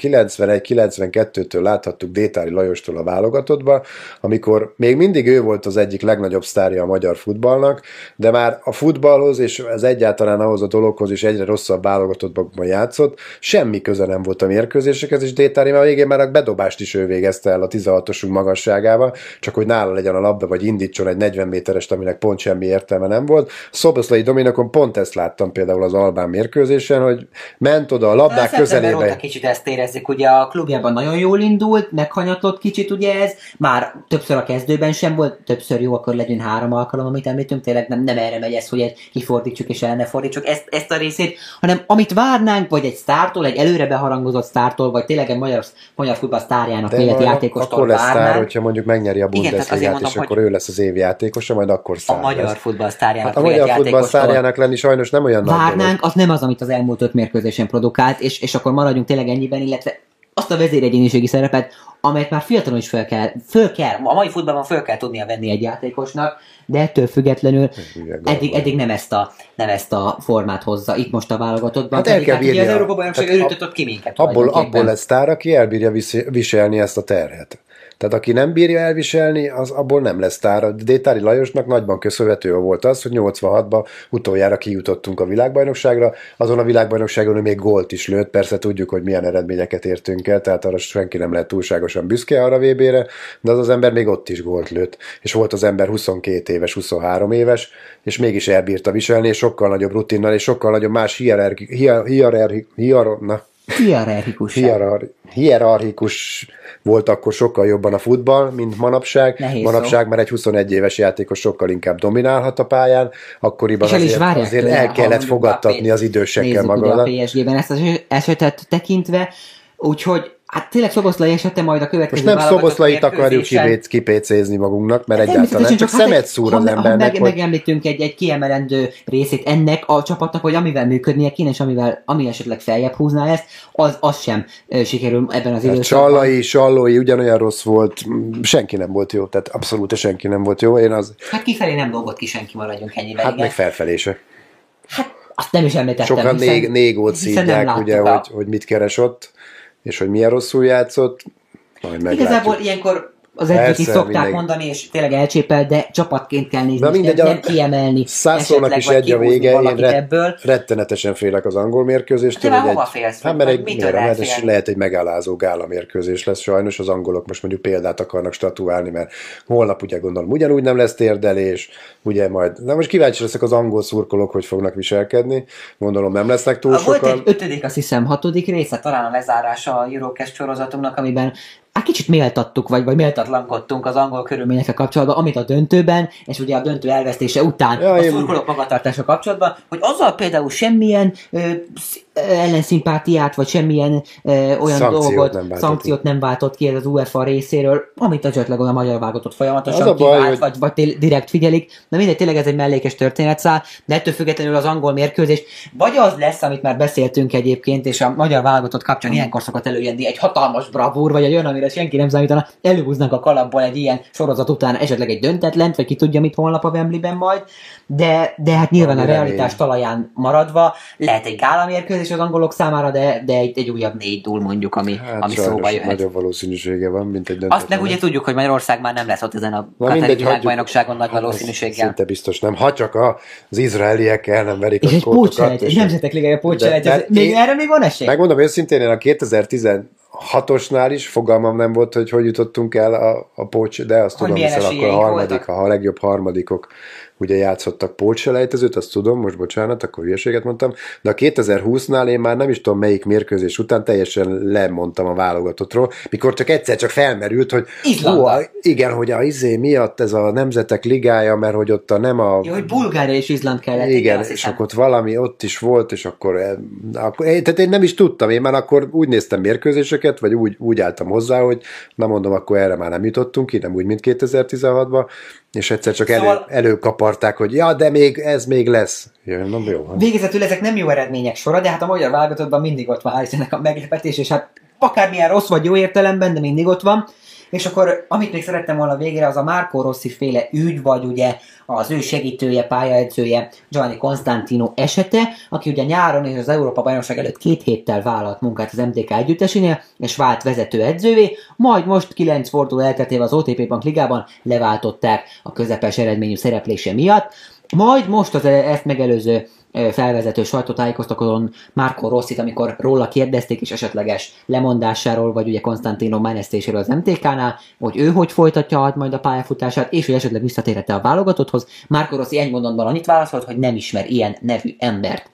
91-92-től láthattuk Détári Lajostól a válogatottba, amikor még mindig ő volt az egyik legnagyobb sztárja a magyar futballnak, de már a futballhoz és ez egyáltalán ahhoz a dologhoz is egyre rosszabb válogatottban játszott, semmi köze nem volt a mérkőzésekhez, és Détári már végén már a bedobást is ő végezte el a 16-osunk magasságával, csak hogy nála legyen a labda, vagy indítson egy 40 méterest, aminek pont semmi értelme nem volt. Szoboszlai Dominikon pont ezt láttam például az albán mérkőzésen, hogy ment oda a labdák közelébe. Óta kicsit ezt érezzük, ugye a klubjában nagyon jól indult, meghanyatlott kicsit ugye ez, már többször a kezdőben sem volt, többször jó, akkor legyen 3 alkalom, amit említünk, tényleg nem erre megy ez, hogy kifordítsuk és el ne fordítsuk ezt a részét, hanem amit várnánk, vagy egy sztártól, egy előre beharangozott sztártól, vagy tényleg egy magyar futball sztárjának, mélyeti játékostól akkor lesz várnánk. sztár, hogyha mondjuk megnyeri a Bundesligát, és akkor ő lesz az év játékosa, majd akkor szár. A magyar futball sztárjának, a magyar futball sztárjának lenni sajnos nem olyan nagy várnánk, az nem az, amit az elmúlt 5 mérkőzésen produkált, és akkor maradjunk tényleg ennyiben, illetve azt a vezéregyéniségi szerepet, amelyet már fiatalon is föl kell, a mai futballban föl kell tudnia venni egy játékosnak, de ettől függetlenül eddig nem ezt a formát hozza itt most a válogatottban. Hát el kell bírnia. Az Európa-bajnokság örültetett ki minket. Abból lesz sztár, aki elbírja viselni ezt a terhet. Tehát aki nem bírja elviselni, az abból nem lesz sztár. A Détári Lajosnak nagyban köszönhető volt az, hogy 86-ban utoljára kijutottunk a világbajnokságra. Azon a világbajnokságon még gólt is lőtt, persze tudjuk, hogy milyen eredményeket értünk el, tehát arra senki nem lehet túlságosan büszke arra VB-re, de az ember még ott is gólt lőtt. És volt az ember 22 éves, 23 éves, és mégis elbírta viselni, és sokkal nagyobb rutinnal, és sokkal nagyobb más hierarchikus volt akkor sokkal jobban a futball, mint manapság. Manapság már egy 21 éves játékos sokkal inkább dominálhat a pályán, akkoriban azért el kellett fogadtatni az idősekkel magad. A PSG-ben ezt az esetet tekintve, úgyhogy hát tényleg Szoboszlai esete majd a következő most nem Szoboszlait akarjuk kipécézni magunknak, mert egyáltalán csak szemet szúr az embernek. Megemlítünk egy kiemelendő részét ennek a csapatnak, hogy amivel működnie kéne, és ami esetleg feljebb húzná ezt, az sem sikerül ebben az időszakban. Sallói ugyanolyan rossz volt, senki nem volt jó, tehát abszolút senki nem volt jó. Hát kifelé nem dolgott ki senki, maradjunk ennyiben. Hát meg felfelé se. Hát azt nem is említettem. Sokan négót szídják, ugye, hogy mit keres ott, és hogy milyen rosszul játszott, majd meglátjuk. Igazából ilyenkor az egyik is szokták mondani, és tényleg elcsépel, de csapatként kell nézni, nem kiemelni. Szászolnak is egy a vége, én rettenetesen félek az angol mérkőzéstől. De hova félsz? Hát mert lehet egy megalázó gála mérkőzés lesz sajnos, az angolok most mondjuk példát akarnak statuálni, mert holnap ugye gondolom ugyanúgy nem lesz térdelés, ugye majd, de most kíváncsi leszek az angol szurkolók, hogy fognak viselkedni, gondolom nem lesznek túl sokan. Volt egy 5., azt hiszem 6. része, talán a lezárása a Eurocast sorozatunknak, amiben kicsit méltattuk, vagy méltatlankodtunk az angol körülményekkel kapcsolatban, amit a döntőben, és ugye a döntő elvesztése után a szurkolók magatartása kapcsolatban, hogy azzal például semmilyen ellenszimpátiát, vagy semmilyen olyan szankciót nem váltott ki ez az UEFA részéről, amit esetleg a magyar válogatott folyamatosan kivált, vagy direkt figyelik. De mindegy, tényleg ez egy mellékes történetszál, de ettől függetlenül az angol mérkőzés, vagy az lesz, amit már beszéltünk egyébként, és a magyar válogatott kapcsán ilyenkor szokott előjönni egy hatalmas bravúr, vagy egy olyan, amire senki nem számítana, előhúznak a kalapból egy ilyen sorozat után esetleg egy döntetlent, vagy ki tudja mit holnap a Wembleyben majd, de hát nyilván a realitás talaján maradva lehet egy gála mérkőzés az angolok számára, de egy újabb 4-0 mondjuk, ami szóba jöhet. Nagyobb valószínűsége van, mint egy döntetlen. Azt meg ugye tudjuk, hogy Magyarország már nem lesz ott ezen a Katari világbajnokságon nagy valószínűséggel. Szinte biztos nem. Ha csak az izraeliek el nem verik a skótokat. És egy Nemzetek Ligája pótselejtező. Erre még van esély? Megmondom őszintén, én a 2016-osnál is fogalmam nem volt, hogy jutottunk el a pócs, de azt tudom, hiszen akkor a legjobb harmadikok ugye játszottak pótselejtezőt, azt tudom, most bocsánat, akkor hülyeséget mondtam, de a 2020-nál én már nem is tudom melyik mérkőzés után teljesen lemondtam a válogatottról, mikor csak egyszer csak felmerült, hogy igen, hogy a miatt ez a Nemzetek Ligája, mert hogy ott nem a... Jó, hogy Bulgária és Izland kellett. Igen, és akkor ott valami ott is volt, és akkor tehát én nem is tudtam, én már akkor úgy néztem mérkőzéseket, vagy úgy álltam hozzá, hogy na mondom, akkor erre már nem jutottunk ki, nem úgy, mint 2016-ban, és egyszer csak előkaparták, hogy ja, de ez még lesz. Jó. Végezetül ezek nem jó eredmények sora, de hát a magyar válogatottban mindig ott van ennek a meglepetés, és hát akármilyen rossz vagy jó értelemben, de mindig ott van. És akkor, amit még szerettem volna végére, az a Marco Rossi féle ügy, vagy ugye az ő segítője, pályaedzője Giovanni Constantino esete, aki ugye nyáron és az Európa-bajnokság előtt 2 héttel vállalt munkát az MTK együttesénél, és vált vezetőedzővé, majd most 9 forduló elteltével az OTP Bank Ligában leváltották a közepes eredményű szereplése miatt. Majd most az ezt megelőző felvezető sajtótájékoztatóon Marco Rossit, amikor róla kérdezték is esetleges lemondásáról, vagy ugye Constantino menesztéséről az MTK-nál, hogy ő hogy folytatja majd a pályafutását, és hogy esetleg visszatérhet a válogatotthoz. Marco Rossi egy mondatban annyit válaszolt, hogy nem ismer ilyen nevű embert.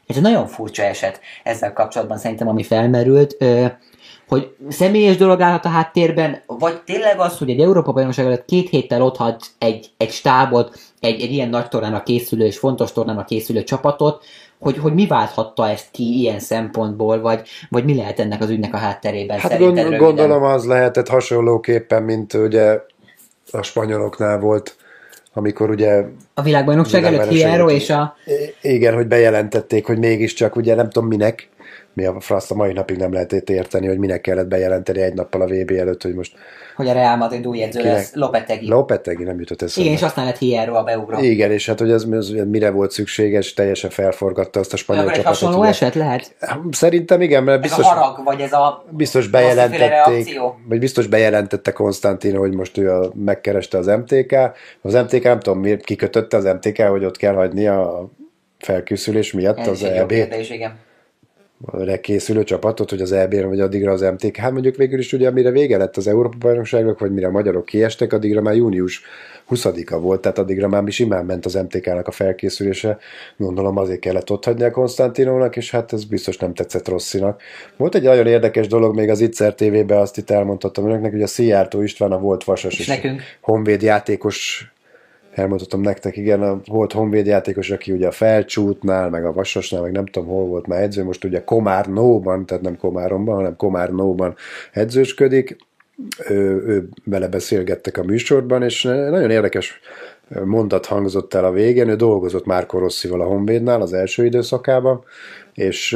Ez egy nagyon furcsa eset ezzel kapcsolatban szerintem, ami felmerült, hogy személyes dolog állhat a háttérben, vagy tényleg az, hogy egy Európa-bajnokság előtt 2 héttel otthagy egy stábot, egy ilyen nagy tornának készülő és fontos tornának készülő csapatot, hogy mi válthatta ezt ki ilyen szempontból, vagy mi lehet ennek az ügynek a hátterében? Hát gondolom az lehetett hasonlóképpen, mint ugye a spanyoloknál volt, amikor ugye... A világbajnokság előtt Hierro és a... Igen, hogy bejelentették, hogy mégiscsak ugye nem tudom minek, mi a frasz, a mai napig nem lehet érteni, hogy minek kellett bejelenteni egy nappal a VB előtt, hogy most... Hogy a Real Madrid új edző lesz, Lopetegui. Lopetegui nem jutott eszembe. Igen, és aztán lett Hierro a beugró. Igen, és hát hogy ez mire volt szükséges, teljesen felforgatta azt a spanyol csapatot. Egy hasonló eset lehet? Szerintem igen, mert biztos... Ez a harag, vagy ez a... Biztos bejelentették, vagy biztos bejelentette Konstantino, hogy most ő megkereste az MTK. Az MTK, nem tudom miért kikötötte az MTK, hogy ott kell hagyni a felkészülés miatt az EB-t. A készülő csapatot, hogy az EB-re vagy addigra az MTK. Hát mondjuk végül is ugye, amire vége lett az Európa-bajnokságnak, vagy mire a magyarok kiestek, addigra már június 20-a volt, tehát addigra már simán ment az MTK-nak a felkészülése. Gondolom azért kellett ott hagyni a Konstantinónak, és hát ez biztos nem tetszett Rossinak. Volt egy nagyon érdekes dolog még az Itzer TV-ben, azt itt elmondhattam önöknek, hogy a Szijjártó István, a volt Vasas és Honvéd játékos, elmondhatom nektek, igen, volt Honvéd játékos, aki ugye a Felcsútnál, meg a Vasasnál, meg nem tudom hol volt már edző, most ugye Komárnóban, tehát nem Komáromban, hanem Komárnóban edzősködik. Ő vele beszélgettek a műsorban, és nagyon érdekes mondat hangzott el a végén, ő dolgozott Marco Rossival a Honvédnál az első időszakában, és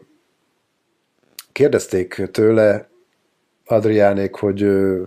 kérdezték tőle Adriánék, hogy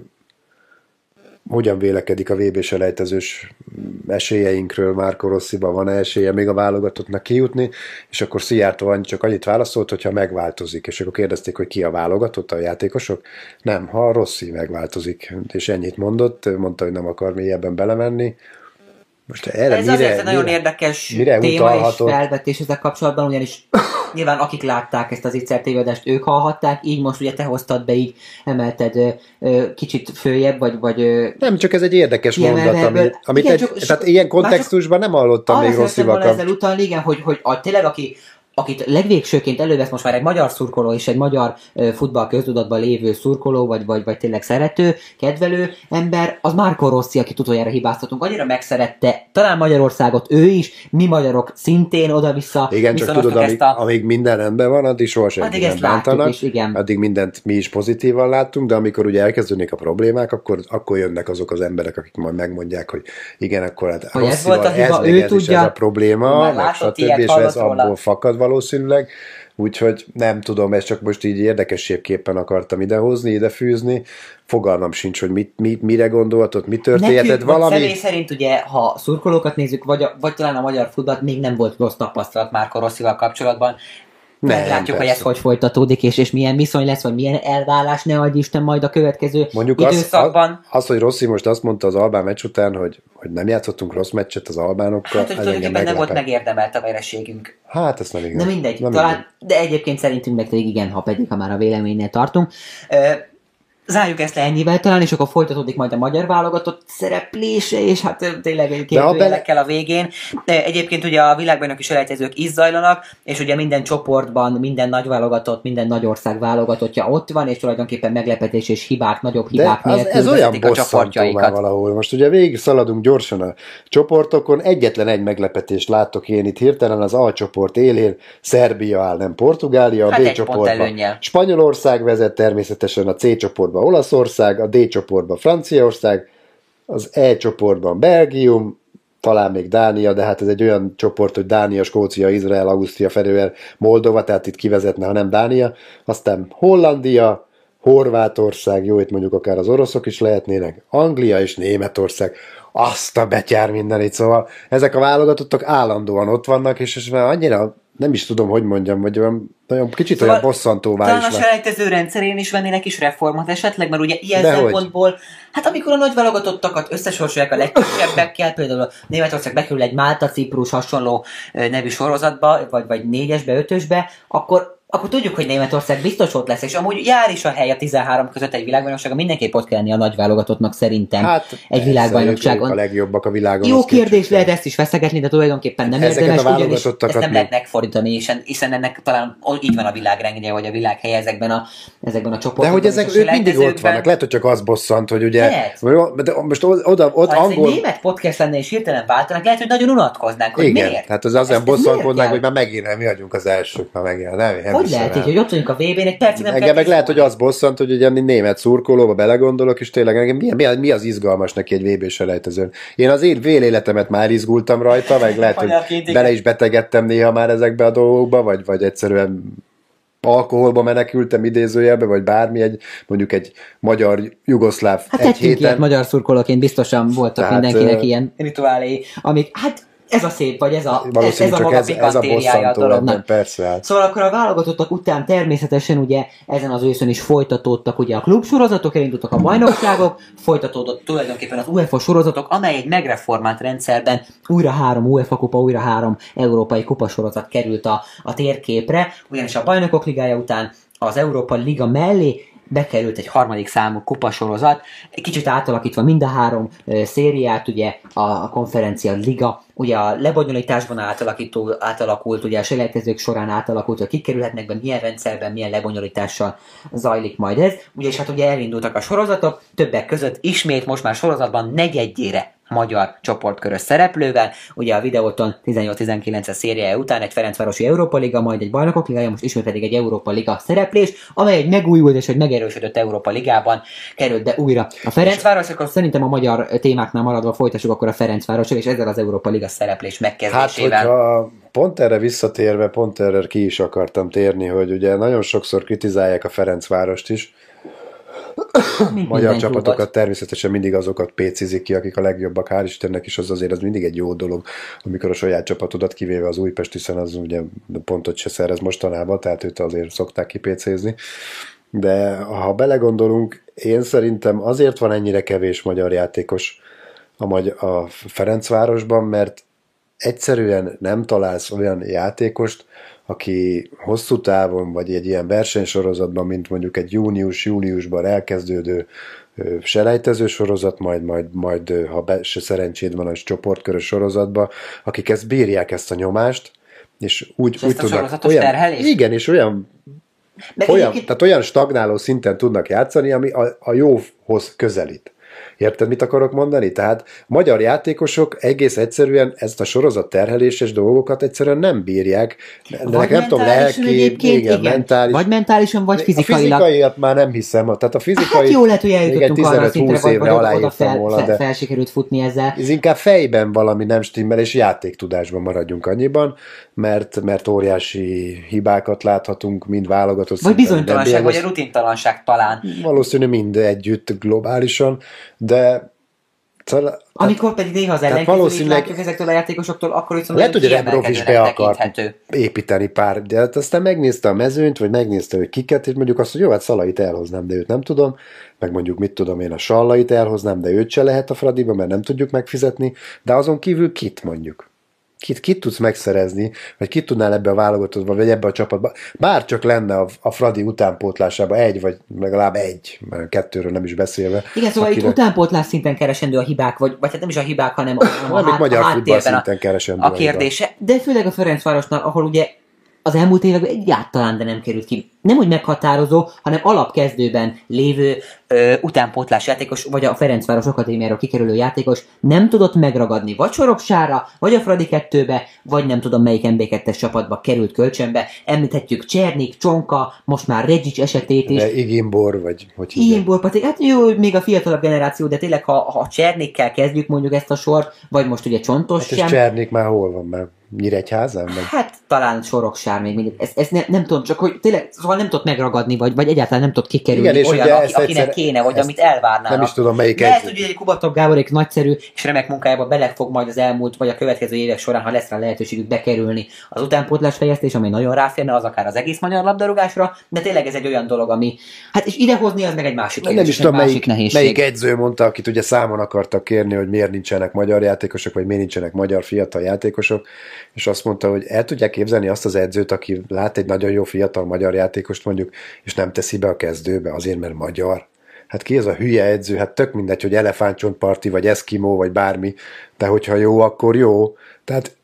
hogyan vélekedik a VB-selejtezős esélyeinkről, Marco Rossiban van-e esélye még a válogatottnak kijutni, és akkor Szijjártó csak annyit válaszolt, hogyha megváltozik, és akkor kérdezték, hogy ki a válogatott, a játékosok? Nem, ha Rossi megváltozik, és ennyit mondta, hogy nem akar mélyebben belemenni. Most erre ez azért egy nagyon érdekes téma és felvetés ezzel kapcsolatban, ugyanis nyilván akik látták ezt az Itzer tévéadást, ők hallhatták, így most ugye te hoztad be, így emelted kicsit följebb, vagy nem, csak ez egy érdekes mondat, amit igen, tehát ilyen kontextusban nem hallottam még Rossival kapcsolatban. Ezzel utalni, igen, hogy tényleg akit legvégsőként elővesz most már egy magyar szurkoló és egy magyar futball köztudatban lévő szurkoló, vagy tényleg szerető, kedvelő ember, az Marco Rossi, akit utoljára hibáztatunk, annyira megszerette talán Magyarországot ő is, mi magyarok szintén oda-vissza. Igen, csak tudod, amíg minden rendben van, addig soha senki nem bántanak, addig mindent mi is pozitívan láttunk, de amikor ugye elkezdődnek a problémák, akkor jönnek azok az emberek, akik majd megmondják, hogy igen, akkor hát Rossival ez is ez a probléma, meg stb. És ez abból fakad valószínűleg, úgyhogy nem tudom, ezt csak most így érdekességképpen akartam idehozni, idefűzni, fogalmam sincs, hogy mire gondolhatott, mi történhetett valami. Személy szerint ugye, ha szurkolókat nézzük, vagy talán a magyar futballt, még nem volt rossz tapasztalat Marco Rossival kapcsolatban. Meglátjuk, hogy ez hogy folytatódik, és milyen viszony lesz, vagy milyen elvállás, ne adj Isten majd a következő mondjuk időszakban. Az, hogy Rossi most azt mondta az albán meccs után, hogy nem játszottunk rossz meccset az albánokkal. Hát, hogy tulajdonképpen nem volt megérdemelt a vereségünk. Hát, ezt nem igaz. Na mindegy, talán, de egyébként szerintünk meg pedig igen, ha már a véleménynél tartunk. Zárjuk ezt le ennyivel talán, és akkor folytatódik majd a magyar válogatott szereplése, és hát tényleg kérdőjelekkel a végén. Egyébként ugye a világbajnoki selejtezők is zajlanak, és ugye minden csoportban, minden nagy válogatott, minden nagy ország válogatottja ott van, és tulajdonképpen meglepetés és hibák, nagyobb hibák nélkül ez olyan bosszantó már valahol. Most ugye végig szaladunk gyorsan a csoportokon, egyetlen egy meglepetést látok én itt hirtelen az A csoport élén, Szerbia áll, nem Portugália, a B csoportban Spanyolország vezet, természetesen a C csoportban Olaszország, a D csoportban Franciaország, az E csoportban Belgium, talán még Dánia, de hát ez egy olyan csoport, hogy Dánia, Skócia, Izrael, Ausztria, Feröer, Moldova, tehát itt kivezetne, ha nem Dánia, aztán Hollandia, Horvátország, jó, itt mondjuk akár az oroszok is lehetnének, Anglia és Németország, azt a betyár mindenit, szóval ezek a válogatottak állandóan ott vannak, és már annyira nem is tudom, hogy mondjam, vagy nagyon kicsit szóval olyan bosszantóvá is. Talán a selejtező rendszerén is vennének is reformot esetleg, mert ugye ilyen szempontból, hát amikor a nagy válogatottakat összesorsolják a legkisebbekkel, például Németország bekerül egy Málta, Ciprus hasonló nevű sorozatba, vagy 4-esbe, 5-ösbe, akkor akkor tudjuk, hogy Németország biztos ott lesz, és amúgy jár is a hely a 13 között egy világbajnokságon, mindenképp ott kell lenni a nagy válogatottnak szerintem egy világbajnokságon. A legjobbak a világon. Jó kérdés, lehet ezt is feszegetni, de tulajdonképpen nem érdemes, ugyanis ezt nem lehet megfordítani, hiszen ennek talán így van a világrendje, vagy a világhely ezekben a csoportokban. De hogy ők mindig ott vannak, lehet, hogy csak az bosszant, hogy ugye... Most oda ha ez egy német podcast lenne, és hirtelen váltanak, lehet, hogy nagyon unatkoznánk, hogy igen, miért? hát az azért bosszankodnánk, hogy már megint mi vagyunk az elsők, már megint nem. Hogy lehet így, hogy ott vagyunk a VB-n, egy percig nem engem meg lehet, hogy az bosszant, hogy ugye német szurkolóba belegondolok, és tényleg mi az izgalmas neki egy VB selejtezőn. Én az én véléletemet már izgultam rajta, meg lehet, hogy bele is betegedtem néha már ezekbe a dolgokba, vagy egyszerűen alkoholba menekültem idézőjelbe, vagy bármi, mondjuk egy magyar-jugoszláv egy héten. Magyar szurkolóként biztosan voltak mindenkinek ilyen rituálé, amik, hát ez a szép, vagy ez a maga pikantériája a dolognak. Persze, hát. Szóval akkor a válogatottak után természetesen ugye ezen az őszön is folytatódtak ugye a klubsorozatok, elindultak a bajnokságok, folytatódott tulajdonképpen az UEFA sorozatok, amely egy megreformált rendszerben újra 3 UEFA kupa, újra 3 európai kupasorozat került a térképre, ugyanis a Bajnokok Ligája után az Európa Liga mellé bekerült egy harmadik számú kupasorozat, egy kicsit átalakítva mind a 3 szériát, ugye a konferencia liga, ugye a lebonyolításban átalakult, ugye a selejtezők során átalakult, hogy kikerülhetnek be, milyen rendszerben, milyen lebonyolítással zajlik majd ez. Ugye, és hát ugye elindultak a sorozatok, többek között ismét most már sorozatban negyedjére magyar csoportkörös szereplővel. Ugye a Videóton 18-19-es szériája után egy Ferencvárosi Európa Liga, majd egy Bajnokok Ligája, most ismét pedig egy Európa Liga szereplés, amely egy megújult és egy megerősödött Európa Ligában került be újra. A Ferencváros, akkor szerintem a magyar témáknál maradva folytassuk akkor a Ferencvárosról, és ezzel az Európa Liga szereplés megkezdésével. Hát, hogyha pont erre visszatérve, pont erre ki is akartam térni, hogy ugye nagyon sokszor kritizálják a Ferencvárost is, magyar csapatokat természetesen mindig azokat pécizik ki, akik a legjobbak, hál' Istennek is, az mindig egy jó dolog, amikor a saját csapatodat, kivéve az Újpest, hiszen az ugye pontot se szerez mostanában, tehát őt azért szokták kipécézni. De ha belegondolunk, én szerintem azért van ennyire kevés magyar játékos a Ferencvárosban, mert egyszerűen nem találsz olyan játékost, aki hosszú távon, vagy egy ilyen versenysorozatban, mint mondjuk egy június-júliusban elkezdődő selejtező sorozat, majd ha szerencséd van, az csoportkörös sorozatban, akik ezt bírják, ezt a nyomást, és úgy tudnak igen, és olyan stagnáló szinten tudnak játszani, ami a jóhoz közelít. Érted, mit akarok mondani? Tehát magyar játékosok egész egyszerűen ezt a sorozat terheléses dolgokat egyszerűen nem bírják. Vagy nem tudom, igen, mentális. Vagy mentálisan, vagy fizikailag. A fizikaiat már nem hiszem. Tehát a fizikai... Hát jó lehet, hogy eljutottunk arra a szintre, vagy oda fel sikerült futni ezzel. Ez inkább fejben valami nem stimmel, és játéktudásban maradjunk annyiban, mert óriási hibákat láthatunk, mind válogatott. Vagy bizonytalanság, vagy a rutintalanság talán. Valószínű mind együtt globálisan, de amikor pedig néha az ellenkezőit látjuk ezektől a játékosoktól, akkor viszont lehet, hogy Rebrov is be akart építeni pár, de hát aztán megnézte a mezőnyt, vagy megnézte, hogy kiket, és mondjuk azt, hogy jó, hát Szalait elhoznám, de őt nem tudom, meg mondjuk mit tudom én, a Sallait elhoznám, de őt se lehet a Fradiba, mert nem tudjuk megfizetni, de azon kívül kit mondjuk? Kit tudsz megszerezni, vagy kit tudnál ebbe a válogatottba, vagy ebbe a csapatba, bár csak lenne a Fradi utánpótlásában egy, vagy legalább egy, mert 2-ről nem is beszélve. Igen, szóval itt utánpótlás szinten keresendő a hibák, vagy hát nem is a hibák, hanem a magyar futball szinten keresendő a kérdése. De főleg a Ferencvárosnál, ahol ugye az elmúlt években egyáltalán de nem került ki. Nem úgy meghatározó, hanem alapkezdőben lévő utánpótlás játékos, vagy a Ferencváros Akadémiáról kikerülő játékos nem tudott megragadni vagy Soroksára, vagy a Fradi 2-be, vagy nem tudom melyik MB2-es csapatba került kölcsönbe. Említhetjük Csernik, Csonka, most már Reggic esetét is. Igimbor, vagy hogy Igimbor, hát jó, még a fiatalabb generáció, de tényleg ha Csernikkel kezdjük mondjuk ezt a sort, vagy most ugye Csontos sem. És Csernik már hol van már? Nyíregyházán? Hát talán Soroksár még mindig. Ezt nem tudom, csak hogy tényleg szóval nem tudott megragadni, vagy egyáltalán nem tudott kikerülni. Igen, olyan, akinek kéne, vagy amit elvárnának. Nem is tudom, melyik lehet, hogy egy Kubatov Gáborék nagyszerű, és remek munkájába bele fog majd az elmúlt, vagy a következő évek során, ha lesz rá lehetőségük bekerülni az utánpótlás fejlesztés, ami nagyon ráférne, az akár az egész magyar labdarúgásra, de tényleg ez egy olyan dolog, ami, hát és idehozni az meg egy másik kérdés, nem is tudom, melyik edző mondta, akit ugye számon akartak kérni, hogy miért nincsenek magyar játékosok, vagy miért nincsenek magyar fiatal játékosok, és azt mondta, hogy el tudják elképzelni azt az edzőt, aki lát egy nagyon jó fiatal magyar játékost mondjuk, és nem teszi be a kezdőbe, azért, mert magyar. Hát ki ez a hülye edző? Hát tök mindegy, hogy elefántcsontparti, vagy eszkimó, vagy bármi, de hogyha jó, akkor jó. Tehát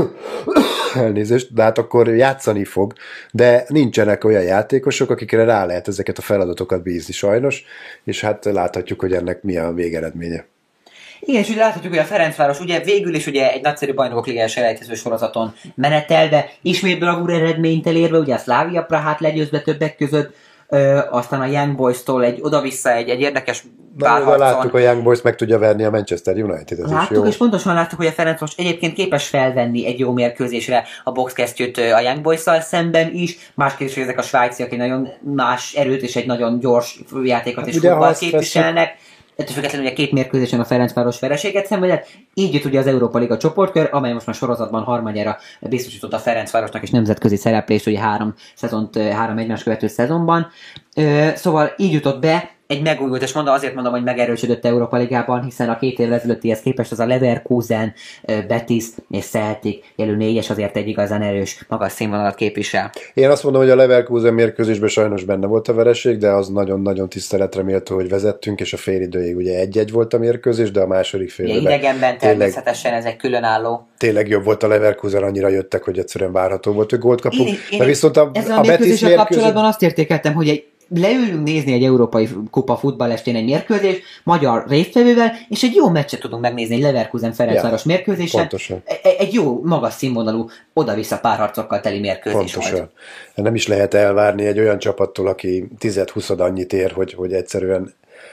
elnézést, de hát akkor játszani fog, de nincsenek olyan játékosok, akikre rá lehet ezeket a feladatokat bízni sajnos, és hát láthatjuk, hogy ennek mi a végeredménye. Igen, és ugye láthatjuk, hogy a Ferencváros ugye végül is ugye egy nagyszerű bajnokok ligájás elejtező sorozaton menetelve, ismét bravúr eredményt elérve, ugye a Slavia Prahát legyőzve többek között, aztán a Young Boys-tól egy oda-vissza egy érdekes párharcon. Láttuk, a Young Boys meg tudja verni a Manchester United, ez láttuk, is jó. És pontosan láttuk, hogy a Ferencváros egyébként képes felvenni egy jó mérkőzésre a boxkesztyűt a Young Boys-szal szemben is, másképp is, hogy ezek a svájciak egy nagyon más erőt és egy nagyon gyors játékot és futballt képviselnek. Ettől függetlenül ugye 2 mérkőzésen a Ferencváros vereséget szenvedett, így jött ugye az Európa Liga csoportkör, amely most már sorozatban harmadjára biztosította a Ferencvárosnak és nemzetközi szereplést, ugye 3 egymás követő szezonban. Szóval így jutott be, egy megújult, és azért mondom, hogy megerősödött Európa Ligában, hiszen a 2 évvel ezelőttihez képest az a Leverkusen, Betis és Celtic jelő 4-es azért egy igazán erős, magas színvonalat képvisel. Én azt mondom, hogy a Leverkusen mérkőzésben sajnos benne volt a vereség, de az nagyon-nagyon tiszteletre méltó, hogy vezettünk, és a félidőig ugye 1-1 volt a mérkőzés, de a második félidőben idegenben természetesen ez egy különálló. Tényleg jobb volt a Leverkusen, annyira jöttek, hogy egyszerűen várható volt, hogy gólt kapunk. De viszont a mérkőzéssel kapcsolatban azt értékeltem, hogy leülünk nézni egy európai kupa futballestén egy mérkőzés, magyar résztvevővel, és egy jó meccset tudunk megnézni egy Leverkusen-Ferencváros mérkőzésen. Pontosan. Egy jó, magas színvonalú, oda-vissza párharcokkal teli mérkőzés pontosan. volt. Nem is lehet elvárni egy olyan csapattól, aki 10-20 annyit ér, hogy egyszerűen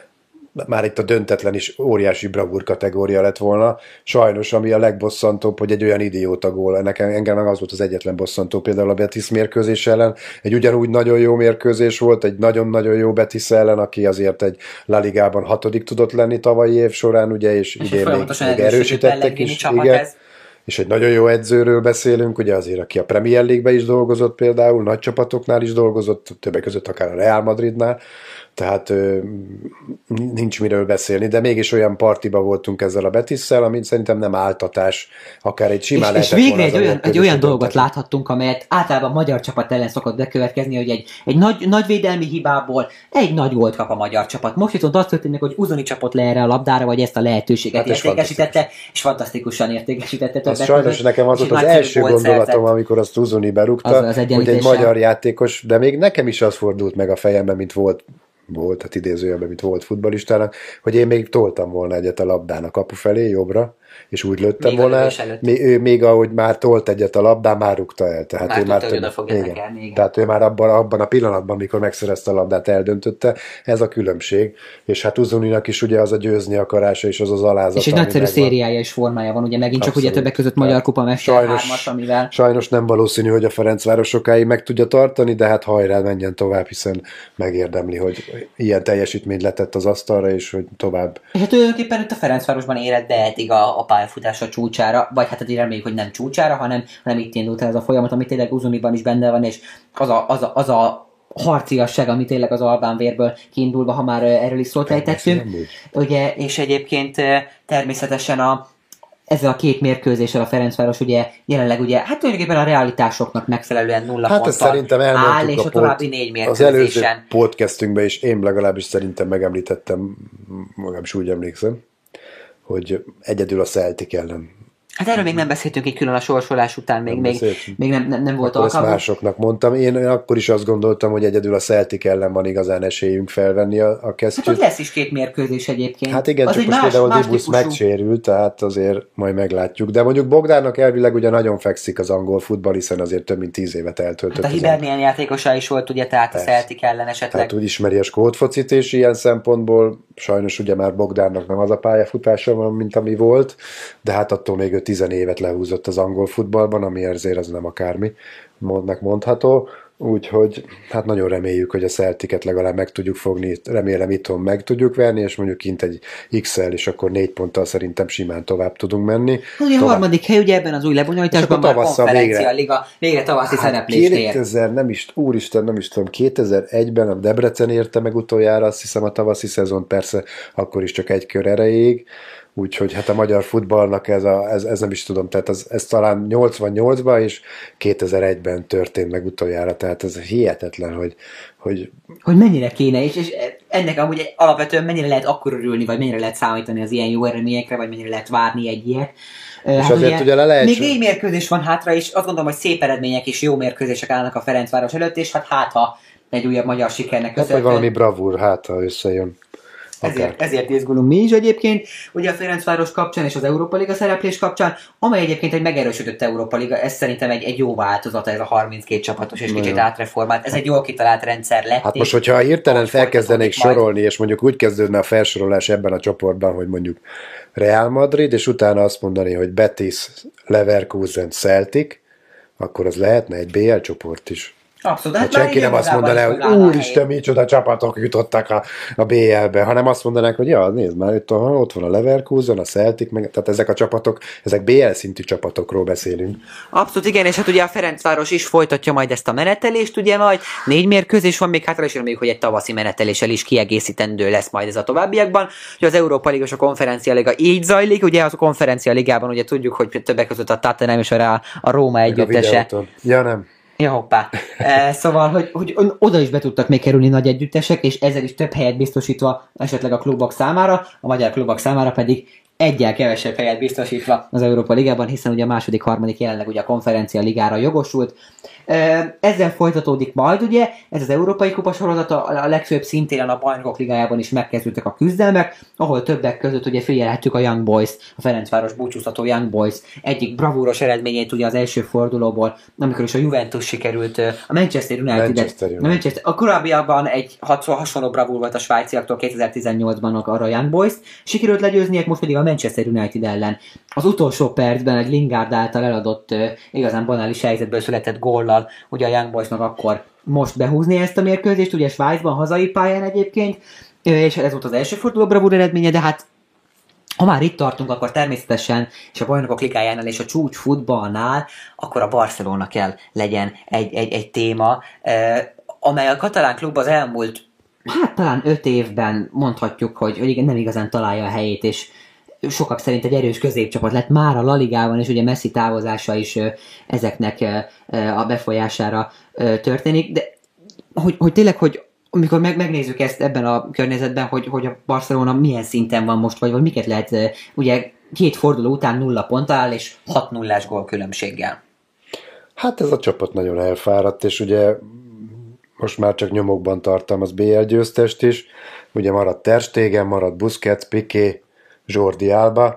már itt a döntetlen is óriási bravúr kategória lett volna. Sajnos, ami a legbosszantóbb, hogy egy olyan idióta gól. Engem meg az volt az egyetlen bosszantó például a Betis mérkőzés ellen. Egy ugyanúgy nagyon jó mérkőzés volt, egy nagyon-nagyon jó Betis ellen, aki azért egy La Ligában 6. tudott lenni tavalyi év során, ugye, és idén még erősítettek is. Igen. És egy nagyon jó edzőről beszélünk, ugye azért, aki a Premier League-be is dolgozott például, nagy csapatoknál is dolgozott, többek között akár a Real Madridnál, tehát nincs miről beszélni, de mégis olyan partiba voltunk ezzel a Betisszel, amit szerintem nem áltatás, akár egy simán és végre egy olyan dolgot láthattunk, amelyet általában magyar csapat ellen szokott bekövetkezni, hogy egy nagy védelmi hibából egy nagy gólt kap a magyar csapat. Most viszont azt történik, hogy Uzoni csapott le erre a labdára, vagy ezt a lehetőséget értékesítette, és fantasztikusan értékesítette. Az sajnos nekem az volt az első gondolatom, amikor azt Uzoni berúgta, hogy egy magyar játékos, de még nekem is az fordult meg a fejemben, mint volt, hát idézőjelben, mint volt futballistának, hogy én még toltam volna egyet a labdán a kapu felé, jobbra, és úgy lőttem volna. Még ahogy már tolt egyet a labdán, már rúgta el. Tehát már tudta, hogy oda fogja tekerni. Tehát ő már abban a pillanatban, amikor megszerezte a labdát, eldöntötte. Ez a különbség. És hát Uzuninak is ugye az a győzni akarása, és az az alázat. És egy nagyszerű szériája és formája van, ugye megint csak ugye többek között Magyar Kupa Mester 3-as, amivel... Sajnos nem valószínű, hogy a Ferencváros sokáig meg tudja tartani, de hát hajrá, menjen tovább, hiszen megérdemli, hogy ilyen teljesítményt letett az asztalra, és hogy tovább. És hát tulajdonképpen itt a Ferencvárosban érett be eddig a pályafutása csúcsára, vagy hát reméljük, hogy nem csúcsára, hanem itt indult el ez a folyamat, ami tényleg Uzuniban is benne van, és az a harciasság, ami tényleg az albán vérből kiindulva, ha már erről is szót ejtettünk. Ugye, és egyébként természetesen ezzel a 2 mérkőzéssel a Ferencváros ugye jelenleg ugye, hát tulajdonképpen a realitásoknak megfelelően 0 ponttal áll, és a további 4 mérkőzésen. Az előző podcastünkben is én legalábbis szerintem megemlítettem, magam is úgy emlékszem, hogy egyedül a Celtic ellen. Hát erről még nem beszéltünk egy külön a sorsolás után, még nem volt alkalmunk. Ezt másoknak mondtam. Én akkor is azt gondoltam, hogy egyedül a Celtic ellen van igazán esélyünk felvenni a kesztyűt. Hát ott lesz is 2 mérkőzés egyébként. Hát igen, az csak most például Dibusz megsérült, tehát azért majd meglátjuk. De mondjuk Bogdánnak elvileg ugye nagyon fekszik az angol futball, hiszen azért több mint 10 évet eltöltött. Hát a Hibernian játékosa is volt, ugye, tehát persze. A Celtic ellen esetleg. Tehát úgy ismeri a skót focit, és ilyen szempontból sajnos ugye már Bogdánnak nem az a pályafutása van, mint ami volt, de hát attól még 10 évet lehúzott az angol futballban, ami azért az nem akármi mondható. Úgyhogy hát nagyon reméljük, hogy a Celticet legalább meg tudjuk fogni, remélem itthon meg tudjuk verni, és mondjuk kint egy XL, és akkor 4 ponttal szerintem simán tovább tudunk menni. Ugye a harmadik hely ugye ebben az új lebonyolításban már konferencia liga, végre tavaszi szereplést ér. 2000, nem is tudom, 2001-ben a Debrecen érte meg utoljára, azt hiszem a tavaszi szezon, persze akkor is csak egy kör erejéig, úgyhogy hát a magyar futballnak ez nem is tudom, tehát ez talán 88-ban és 2001-ben történt meg utoljára, tehát ez hihetetlen, hogy mennyire kéne, és ennek amúgy alapvetően mennyire lehet akkor örülni, vagy mennyire lehet számítani az ilyen jó eredményekre, vagy mennyire lehet várni egy ilyet. És hát azért ugye le lehet... Még 4 mérkőzés van hátra, és azt gondolom, hogy szép eredmények és jó mérkőzések állnak a Ferencváros előtt, és hát ha egy újabb magyar sikernek köszönhetően. Hát, vagy valami bravúr, ha összejön. Ezért izgulunk mi is egyébként, ugye a Ferencváros kapcsán és az Európa Liga szereplés kapcsán, amely egyébként egy megerősödött Európa Liga, ez szerintem egy jó változata, ez a 32 csapatos és kicsit átreformált, ez egy jól kitalált rendszer lett. Hát most, hogyha hirtelen felkezdenék sorolni, és mondjuk úgy kezdődne a felsorolás ebben a csoportban, hogy mondjuk Real Madrid, és utána azt mondani, hogy Betis, Leverkusen, Celtic, akkor az lehetne egy BL csoport is. Abszolút. Hát senki nem azt mondaná, hogy úristen, micsoda csapatok jutottak a BL-be, hanem azt mondanák, hogy ja, nézd már, ott van a Leverkusen, a Celtic, tehát ezek a csapatok, ezek BL szintű csapatokról beszélünk. Abszolút, igen, és hát ugye a Ferencváros is folytatja majd ezt a menetelést, ugye majd 4 mérkőzés van még hátra, és reméljük, hogy egy tavaszi meneteléssel is kiegészítendő lesz majd ez a továbbiakban. Ugye az Európa Liga és a Konferencia Liga így zajlik, ugye az a Konferencia Ligában ugye tudjuk, hogy többek között a Tottenham és a Róma együttese. Ja, nem. Ja, hoppá. Szóval, hogy oda is be tudtak még kerülni nagy együttesek, és ezzel is több helyet biztosítva esetleg a klubok számára, a magyar klubok számára pedig egyel kevesebb helyet biztosítva az Európa Ligában, hiszen ugye a második, harmadik jelenleg ugye a Konferencia Ligára jogosult. Ezzel folytatódik majd ugye, ez az Európai Kupa sorozata, a legfőbb szintéren a Bajnokok Ligájában is megkezdődtek a küzdelmek, ahol többek között ugye figyelhettük a Young Boys, a Ferencváros búcsúztató Young Boys egyik bravúros eredményét ugye az első fordulóból, amikor is a Juventus sikerült a Manchester United. A korábbiakban egy hasonló bravúr volt a svájciaktól 2018-ban arra a Young Boys, sikerült legyőzniek, most pedig a Manchester United ellen. Az utolsó percben egy Lingard által eladott igazán banális helyzetből született góllal, ugye a Young Boysnak akkor most behúzni ezt a mérkőzést, ugye Svájcban, hazai pályán egyébként, és ez volt az első forduló bravúr eredménye, de hát ha már itt tartunk, akkor természetesen, és a Bajnokok Ligájánál és a csúcs futballnál, akkor a Barcelona kell legyen egy téma, amely a katalán klub az elmúlt, hát talán 5 évben mondhatjuk, hogy igen, nem igazán találja a helyét, és sokak szerint egy erős középcsapat lett már a La Ligában, és ugye Messi távozása is ezeknek a befolyására történik, de hogy tényleg, hogy amikor megnézzük ezt ebben a környezetben, hogy a Barcelona milyen szinten van most, vagy miket lehet, ugye 2 forduló után 0 ponttal áll, és 6-0-ás gólkülönbséggel. Hát ez a csapat nagyon elfáradt, és ugye most már csak nyomokban tartalmaz BL győztest is, ugye maradt Ter Stegen, maradt Busquets, Piqué, Jordi Alba,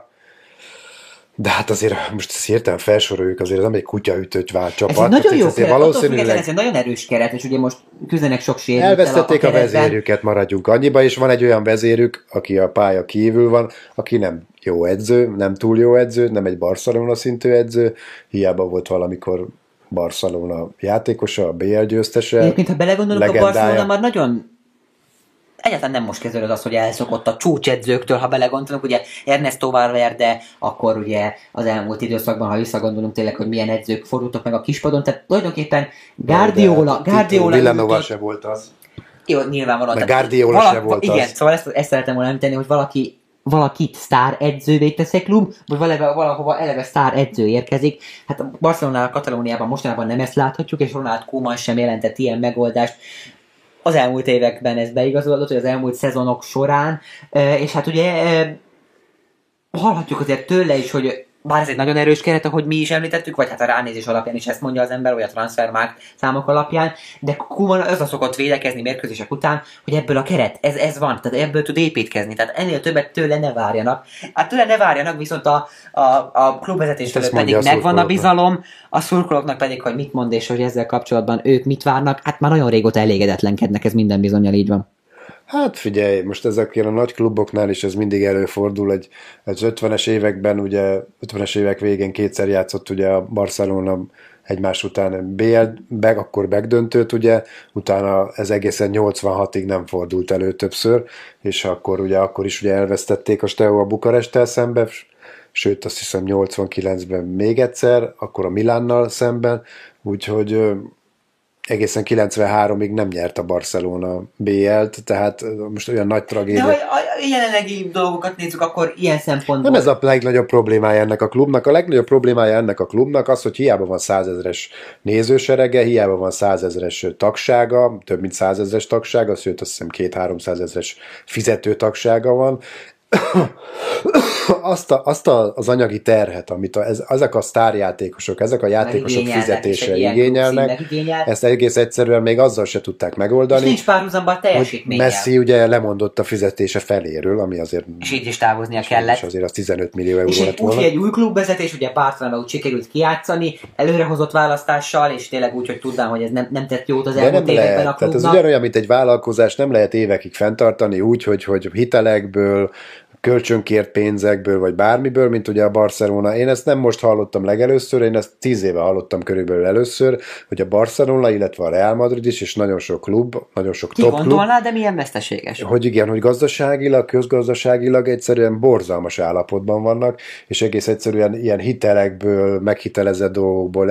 de hát azért most ezt hirtelen felsoroljuk, azért ez nem egy kutyaütött vált csapat. Ez egy nagyon jó keret, valószínűleg... ez egy nagyon erős keret, és ugye most küzdenek sok sérültel. Elvesztették a vezérüket, maradjunk annyiba, és van egy olyan vezérük, aki a pálya kívül van, aki nem jó edző, nem túl jó edző, nem egy Barcelona szintű edző, hiába volt valamikor Barcelona játékosa, a BL győztese. Egyébként, ha belegondolunk, a Barcelona már nagyon egyáltalán nem most kezdődött az, hogy elszokott a csúcsedzőktől, ha belegondolunk, ugye Ernesto Valverde, akkor ugye az elmúlt időszakban, ha visszagondolunk tényleg, hogy milyen edzők fordultak meg a kispadon, tehát tulajdonképpen Guardiola Villanova se volt az. Jó, nyilvánvalóan. Guardiola se volt igen, az. Szóval ezt szeretem volna említeni, hogy valakit sztár edzővé tesz egy klub, vagy valahova eleve sztár edző érkezik. Hát a Barcelonánál, Katalóniában mostanában nem ezt láthatjuk, és Ronald Koeman sem jelentett ilyen megoldást. Az elmúlt években ez beigazolódott, hogy az elmúlt szezonok során, és hát ugye hallhatjuk azért tőle is, hogy bár ez egy nagyon erős keret, ahogy mi is említettük, vagy hát a ránézés alapján is ezt mondja az ember, vagy a Transfermarkt számok alapján, de Koeman az szokott védekezni mérkőzések után, hogy ebből a keret, ez van, tehát ebből tud építkezni, tehát ennél többet tőle ne várjanak. Hát tőle ne várjanak, viszont a klubvezetés fölött pedig megvan a bizalom, a szurkolóknak pedig, hogy mit mond, és hogy ezzel kapcsolatban ők mit várnak, hát már nagyon régóta elégedetlenkednek, ez minden bizonnyal így van. Hát figyelj, most ezeknél a nagy kluboknál is ez mindig előfordul, az 50-es években, ugye 50-es évek végén 2-szer játszott ugye a Barcelona egymás után BL, akkor megdöntőt, ugye, utána ez egészen 86-ig nem fordult elő többször, és akkor is ugye elvesztették a Steaua Bukaresttel szembe, sőt azt hiszem 89-ben még egyszer, akkor a Milánnal szemben, úgyhogy egészen 93-ig nem nyert a Barcelona BL-t, tehát most olyan nagy tragédia. De hogy a jelenlegi dolgokat nézzük, akkor ilyen szempontból... Nem ez a legnagyobb problémája ennek a klubnak. A legnagyobb problémája ennek a klubnak az, hogy hiába van 100 000-es nézőserege, hiába van 100 000-es tagsága, több mint 100 000-es tagsága, sőt azt hiszem 200-300 000-es fizető tagsága van, azt az anyagi terhet, amit ezek a sztárjátékosok, ezek a játékosok fizetése igényelnek, ezt egész egyszerűen még azzal se tudták megoldani. És nincs párhuzamban a teljesítménnyel. Messi ugye lemondott a fizetése feléről, ami azért... És így is távoznia kellett. És azért az 15 millió euró lett volna. És egy új klubvezetés, ugye Barcelona úgy sikerült kijátszani, előrehozott választással, és tényleg úgy, hogy tudnám, hogy ez nem tett jót az elmúlt években a klubnak. Tehát ez ugyanolyan, mint egy vállalkozás, nem lehet évekig fenntartani úgy, hogy hitelekből, kölcsönkért pénzekből, vagy bármiből, mint ugye a Barcelona. Én ezt nem most hallottam legelőször, én ezt 10 éve hallottam körülbelül először, hogy a Barcelona, illetve a Real Madrid is, és nagyon sok klub, nagyon sok top klub. Ki gondolná, de milyen veszteséges? Hogy igen, hogy gazdaságilag, közgazdaságilag egyszerűen borzalmas állapotban vannak, és egész egyszerűen ilyen hitelekből, meghitelezett dolgokból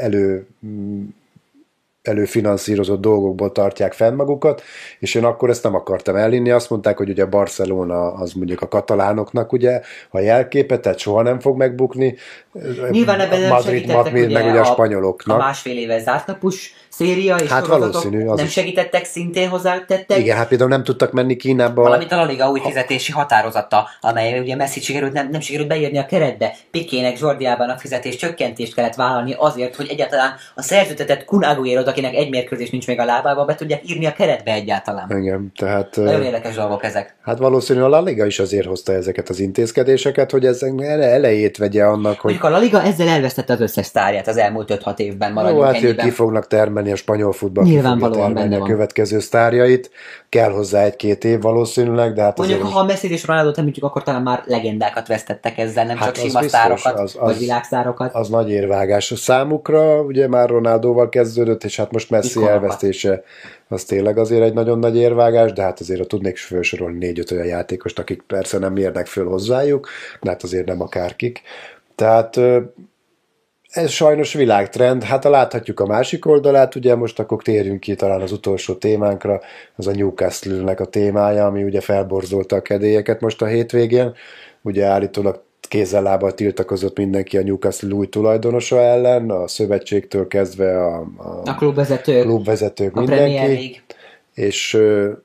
előfinanszírozott dolgokból tartják fenn magukat, és én akkor ezt nem akartam elhinni. Azt mondták, hogy ugye Barcelona az mondjuk a katalánoknak ugye a jelképe, tehát soha nem fog megbukni. Nyilván ebben nem segítettek meg ugye a spanyoloknak. A másfél éve zártnapus széria és hát valószínű, nem segítettek, szintén hozzátettek. Igen, hát például nem tudtak menni Kínába. Valamint a La Liga új fizetési határozata, amely ugye Messi sikerült, nem sikerült beírni a keretbe. Piquének Jordiában a fizetés csökkentést kellett vállalni azért, hogy egyáltalán a szerződtetett Kun Agüerót, akinek egy mérkőzés nincs még a lábába, be tudják írni a keretbe egyáltalán. Igen, tehát... Nagyon érdekes dolgok ezek. Hát valószínűleg a La Liga is azért hozta ezeket az intézkedéseket, hogy ez elejét vegye annak, hogy... Mondjuk a La Liga ezzel elvesztette az összes sztárját az elmúlt 5-6 évben. Jó, hát ők ki fognak termelni a spanyol futball, nyilvánvalóan benne a következő sztárjait. Kell hozzá 1-2 év valószínűleg, de hát mondjuk, ha Messi és Ronaldot említjük, akkor talán már legendákat vesztettek ezzel, nem hát csak sima sztárokat, vagy világsztárokat. Az nagy érvágás a számukra, ugye már Ronaldóval kezdődött, és hát most Messi elvesztése az tényleg azért egy nagyon nagy érvágás, de hát azért tudnék felsorolni 4-5 olyan játékost, akik persze nem érnek föl hozzájuk, de hát azért nem akárkik. Tehát ez sajnos világtrend, hát ha láthatjuk a másik oldalát, ugye most akkor térjünk ki talán az utolsó témánkra, az a Newcastle-nek a témája, ami ugye felborzolta a kedélyeket most a hétvégén, ugye állítólag kézzel-lábbal tiltakozott mindenki a Newcastle új tulajdonosa ellen, a szövetségtől kezdve a klubvezetők mindenki, és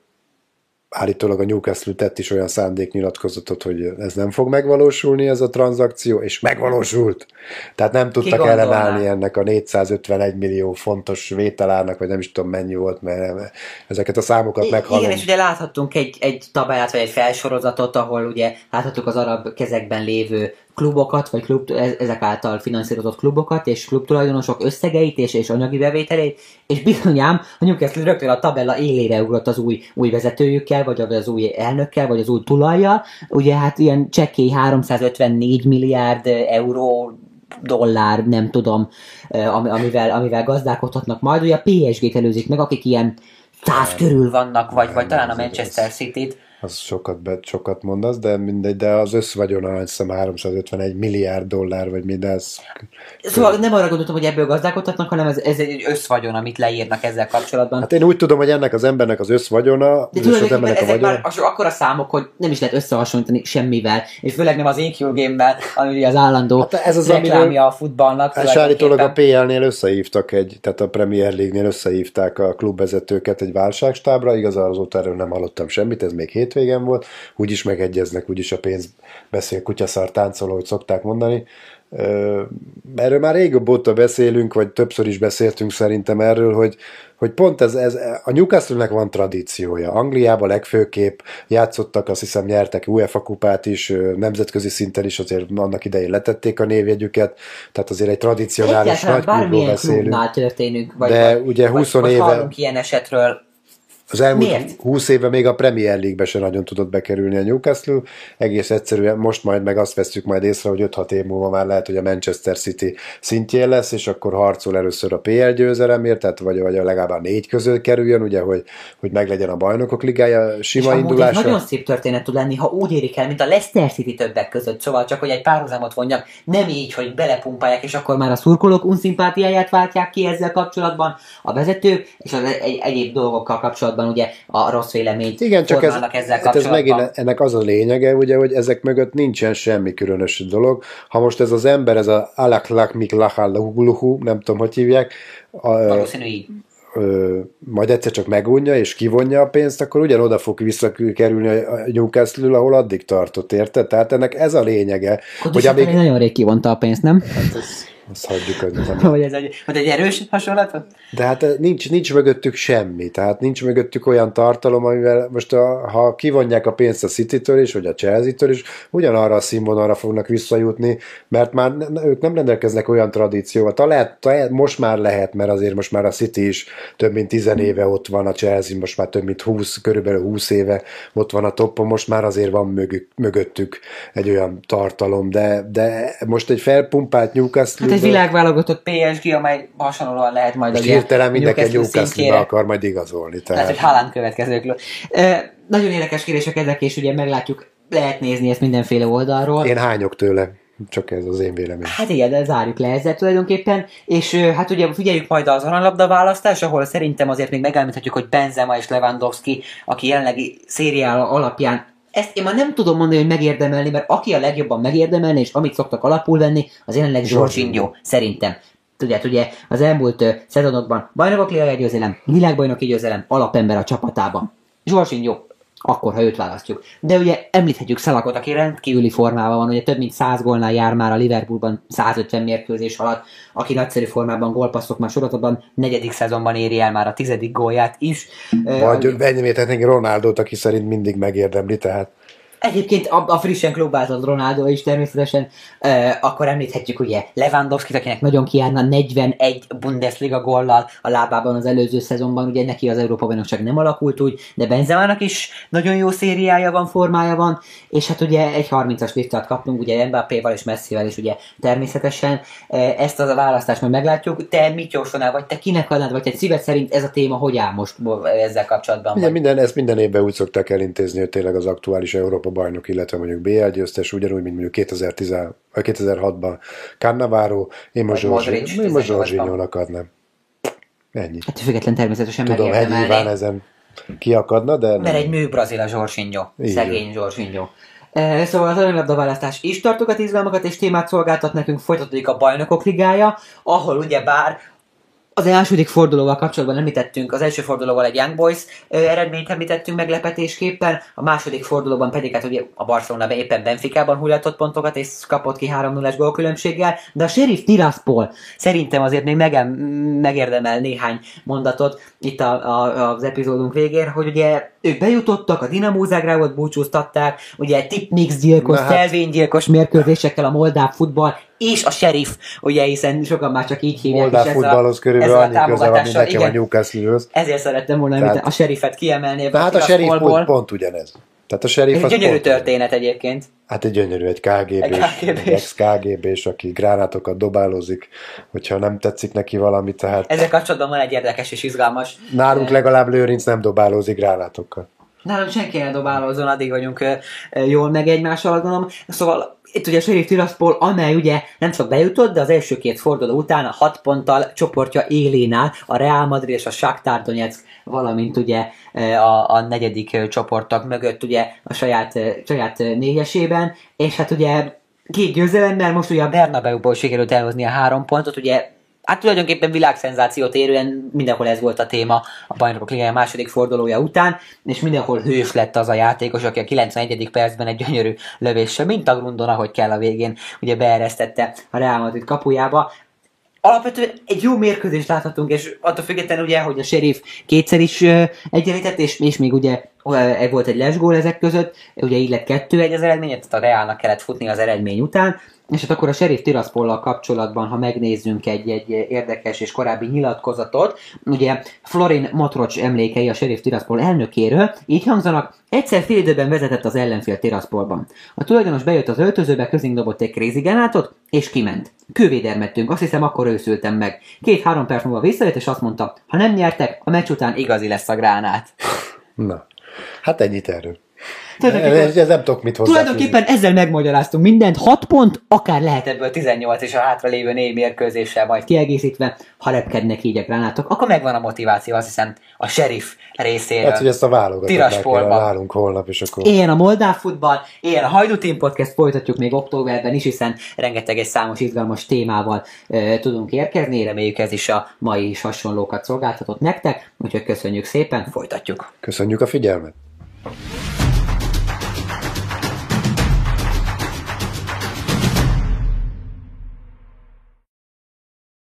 állítólag a Newcastle tett is olyan szándéknyilatkozatot, hogy ez nem fog megvalósulni, ez a tranzakció, és megvalósult. Tehát nem tudtak ellenállni ennek a 451 millió fontos vételárnak, vagy nem is tudom mennyi volt, mert ezeket a számokat meghallom. Igen, és ugye láthattunk egy tabellát, vagy egy felsorozatot, ahol ugye láthattuk az arab kezekben lévő klubokat, vagy ezek által finanszírozott klubokat, és klubtulajdonosok összegeit, és anyagi bevételét, és bizonyám a Newcastle rögtön a tabella élére ugrott az új vezetőjükkel, vagy az új elnökkel, vagy az új tulajjal. Ugye hát ilyen csekély 354 milliárd euró, dollár, nem tudom, amivel gazdálkodhatnak majd. Ugye a PSG-t előzik meg, akik ilyen 100 körül vannak, vagy talán a Manchester City-t. Az sokat mondasz, de mindegy, de az összvagyona, azt hiszem 351 milliárd dollár, vagy mindez. Szóval nem arra gondoltam, hogy ebből gazdálkodhatnak, hanem ez egy összvagyon, amit leírnak ezzel kapcsolatban. Hát én úgy tudom, hogy ennek az embernek az összvagyona, de és az embernek a vagyona. Már akkora számok, hogy nem is lehet összehasonlítani semmivel, és főleg nem az EQ Game-ben, ami az állandó hát ez az reklámja a futballnak. És állítólag a PL-nél összehívtak tehát a Premier League-nél összehívták a klubvezetőket egy válságstábra, igazán azóta erről nem hallottam semmit, ez még hétvégen volt, úgyis megegyeznek, úgyis a pénz beszél kutyaszar táncoló, hogy szokták mondani. Erről már régebb óta beszélünk, vagy többször is beszéltünk szerintem erről, hogy pont ez a Newcastle-nek van tradíciója. Angliában legfőképp játszottak, azt hiszem nyertek UEFA kupát is, nemzetközi szinten is azért annak idején letették a névjegyüket, tehát azért egy tradicionális nagy klubról beszélünk. Történünk, de ugye 20 éve... hallunk ilyen esetről. az elmúlt Miért? 20 éve még a Premier League-be se nagyon tudott bekerülni a Newcastle, egész egyszerűen most majd meg azt veszük majd észre, hogy 5-6 év múlva már lehet, hogy a Manchester City szintjén lesz, és akkor harcol először a PL győzelemért, tehát vagy legalább a 4 közül kerüljön, ugye, hogy meglegyen a Bajnokok Ligája sima indulása. Ez nagyon szép történet tud lenni, ha úgy érik el, mint a Leicester City többek között, szóval csak, hogy egy párhuzamot vonjak, nem így, hogy belepumpálják, és akkor már a szurkolók unszimpátiáját váltják ki ezzel kapcsolatban, a vezetők, és az egyéb dolgokkal kapcsolatban ugye a rossz véleményt igen, csak formálnak ezzel kapcsolatban. Ez megint ennek az a lényege, ugye, hogy ezek mögött nincsen semmi különös dolog. Ha most ez az ember, ez a alaklakmiklahallahuluhu, nem tudom, hogy hívják, Valószínű így. Majd egyszer csak megunja és kivonja a pénzt, akkor ugyan oda fog visszakerülni a Newcastle, ahol addig tartott, érted? Tehát ennek ez a lényege. Hogy amíg... nagyon rég kivonta a pénzt, nem? Hát azt hagyjuk. Hogy ez egy erős hasonlat? De hát nincs mögöttük semmi, tehát nincs mögöttük olyan tartalom, amivel most ha kivonják a pénzt a City-től is, vagy a Chelsea-től is, ugyanarra a színvonalra fognak visszajutni, mert már ők nem rendelkeznek olyan tradícióval. Talán most már lehet, mert azért most már a City is több mint 10 éve ott van, a Chelsea most már több mint 20, körülbelül 20 éve ott van a toppon, most már azért van mögöttük egy olyan tartalom, de most egy felpumpált Newcastle. Hát egy világválogatott PSG, amely hasonlóan lehet majd most hirtelen mindenki Newcastle-be akar majd igazolni. Tehát hogy Haaland következőkről. Nagyon érdekes kérdések ezek, és ugye meglátjuk, lehet nézni ezt mindenféle oldalról. Én hányok tőle, csak ez az én véleményem. Hát igen, de zárjuk le ezzel tulajdonképpen, és hát ugye figyeljük majd az aranylabda választás, ahol szerintem azért még megemlíthetjük, hogy Benzema és Lewandowski, aki jelenlegi szériája alapján ezt én már nem tudom mondani, hogy megérdemelni, mert aki a legjobban megérdemelni, és amit szoktak alapul venni, az jelenleg Jorginho, szerintem. Tudjátok, ugye az elmúlt szezonokban Bajnokok Ligája győzelem, világbajnoki győzelem, alapember a csapatában. Jorginho, akkor, ha őt választjuk. De ugye említhetjük Szalakot, aki rendkívüli formában van, ugye több mint 100 gólnál jár már a Liverpoolban 150 mérkőzés alatt, aki nagyszerű formában, gólpasszok már sorozatban, 4. szezonban éri el már a 10. gólját is. Vagy említhetnénk Ronaldót, aki szerint mindig megérdemli, tehát. Egyébként a frissen klubázott Ronaldo is természetesen, akkor említhetjük ugye Lewandowskit, akinek nagyon kijárna 41 Bundesliga góllal a lábában az előző szezonban, ugye neki az Európa-bajnokság nem alakult úgy, de Benzemának is nagyon jó szériája van, formája van, és hát ugye egy 30-as listát kaptunk, ugye Mbappéval és Messivel is ugye természetesen, ezt az a választást majd meglátjuk. Te mit jósolnál, vagy te kinek adnád, vagy te szíved szerint ez a téma hogy áll most ezzel kapcsolatban? Ezt minden évben úgy szokták elintézni, hogy tényleg az aktuális Európa bajnok, illetve mondjuk BL győztes, ugyanúgy, mint mondjuk 2006-ban Cannavaro, én most Jorginho-nak adnám. Ennyi. Hát független természetesen tudom, megérdemelni. Ezen kiakadna, de... Mert egy nő brazil a Jorginho, szegény Jorginho. Szóval az aranylabdaválasztás is tartogat izgalmakat, és témát szolgáltat nekünk, folytatódik a Bajnokok Ligája, ahol ugye bár az második fordulóval kapcsolatban említettünk, az első fordulóval egy Young Boys eredményt említettünk meglepetésképpen, a második fordulóban pedig hát ugye a Barcelona éppen Benficában hullatott pontokat, és kapott ki 3-0-es gólkülönbséggel, de a Sheriff Tiraspol szerintem azért még megérdemel néhány mondatot itt az epizódunk végén, hogy ugye ők bejutottak, a Dinamo Zágrábot búcsúztatták, ugye tipmix gyilkos, szelvénygyilkos mérkőzésekkel a moldáv futball, és a Sheriff, ugye, hiszen sokan már csak így hívják. Moldáv futballhoz körülbelül annyi köze van, mint nekem a Newcastle-höz. Ezért szerettem volna a Sheriffet kiemelni. Tehát a Sheriff pont ugyanez. Tehát a Sheriff egy gyönyörű történet egyébként. Hát egy gyönyörű, egy ex-KGB-s, aki gránátokat dobálozik, hogyha nem tetszik neki valami, tehát... Ezzel kapcsolatban van egy érdekes és izgalmas. Nálunk legalább Lőrinc nem dobálózik gránátokkal. Nálunk senki nem dobálózzon, addig vagyunk jól meg egymással, gondolom. Szóval itt ugye a Sheriff Tiraspol, amely ugye nem csak bejutott, de az első két forduló után a 6 ponttal csoportja élén áll, a Real Madrid és a Shakhtar Donetsk, valamint ugye a negyedik csoportok mögött ugye a saját négyesében, és hát ugye két győzelemmel most ugye a Bernabeuból sikerült elhozni a 3 pontot, ugye hát tulajdonképpen világszenzációt érően mindenhol ez volt a téma a Bajnokok Ligája második fordulója után, és mindenhol hős lett az a játékos, aki a 91. percben egy gyönyörű lövéssel, mint a Grundon, ahogy kell a végén, ugye beeresztette a Real Madrid kapujába. alapvetően egy jó mérkőzést láthatunk, és attól függetlenül ugye, hogy a Sheriff kétszer is egyenlített, és még ugye volt egy lesgól ezek között, ugye így lett 2-1 az eredmény, tehát a Realnak kellett futni az eredmény után, és hát akkor a Sheriff Tiraspollal kapcsolatban, ha megnézzünk egy érdekes és korábbi nyilatkozatot, ugye Florin Motrocs emlékei a Sheriff Tiraspol elnökéről, így hangzanak: egyszer fél időben vezetett az ellenfél Tiraspolban. A tulajdonos bejött az öltözőbe, közénk dobott egy crazy gránátot, és kiment. Kővédermettünk, azt hiszem akkor őszültem meg. 2-3 perc múlva visszajött, és azt mondta: ha nem nyertek, a meccs után igazi lesz a gránát. Na, hát ennyit erről. Ez nem tudok mit hozzáfűzni. Tulajdonképpen ezzel megmagyaráztunk mindent, 6 pont, akár lehet ebből 18 és a hátralévő 4 mérkőzéssel majd kiegészítve, ha repkednek így a gránátok, akkor megvan a motiváció, azt hiszem, a Sheriff részéről. Hát, hogy ezt a válogatott válunk holnap, és akkor... Ilyen a moldáv futball, ilyen a Hajdú Team Podcast, folytatjuk még októberben is, hiszen rengeteg egy számos izgalmas témával tudunk érkezni, reméljük ez is a mai is hasonlókat szolgáltatott nektek, úgyhogy köszönjük szépen, folytatjuk. Köszönjük a figyelmet!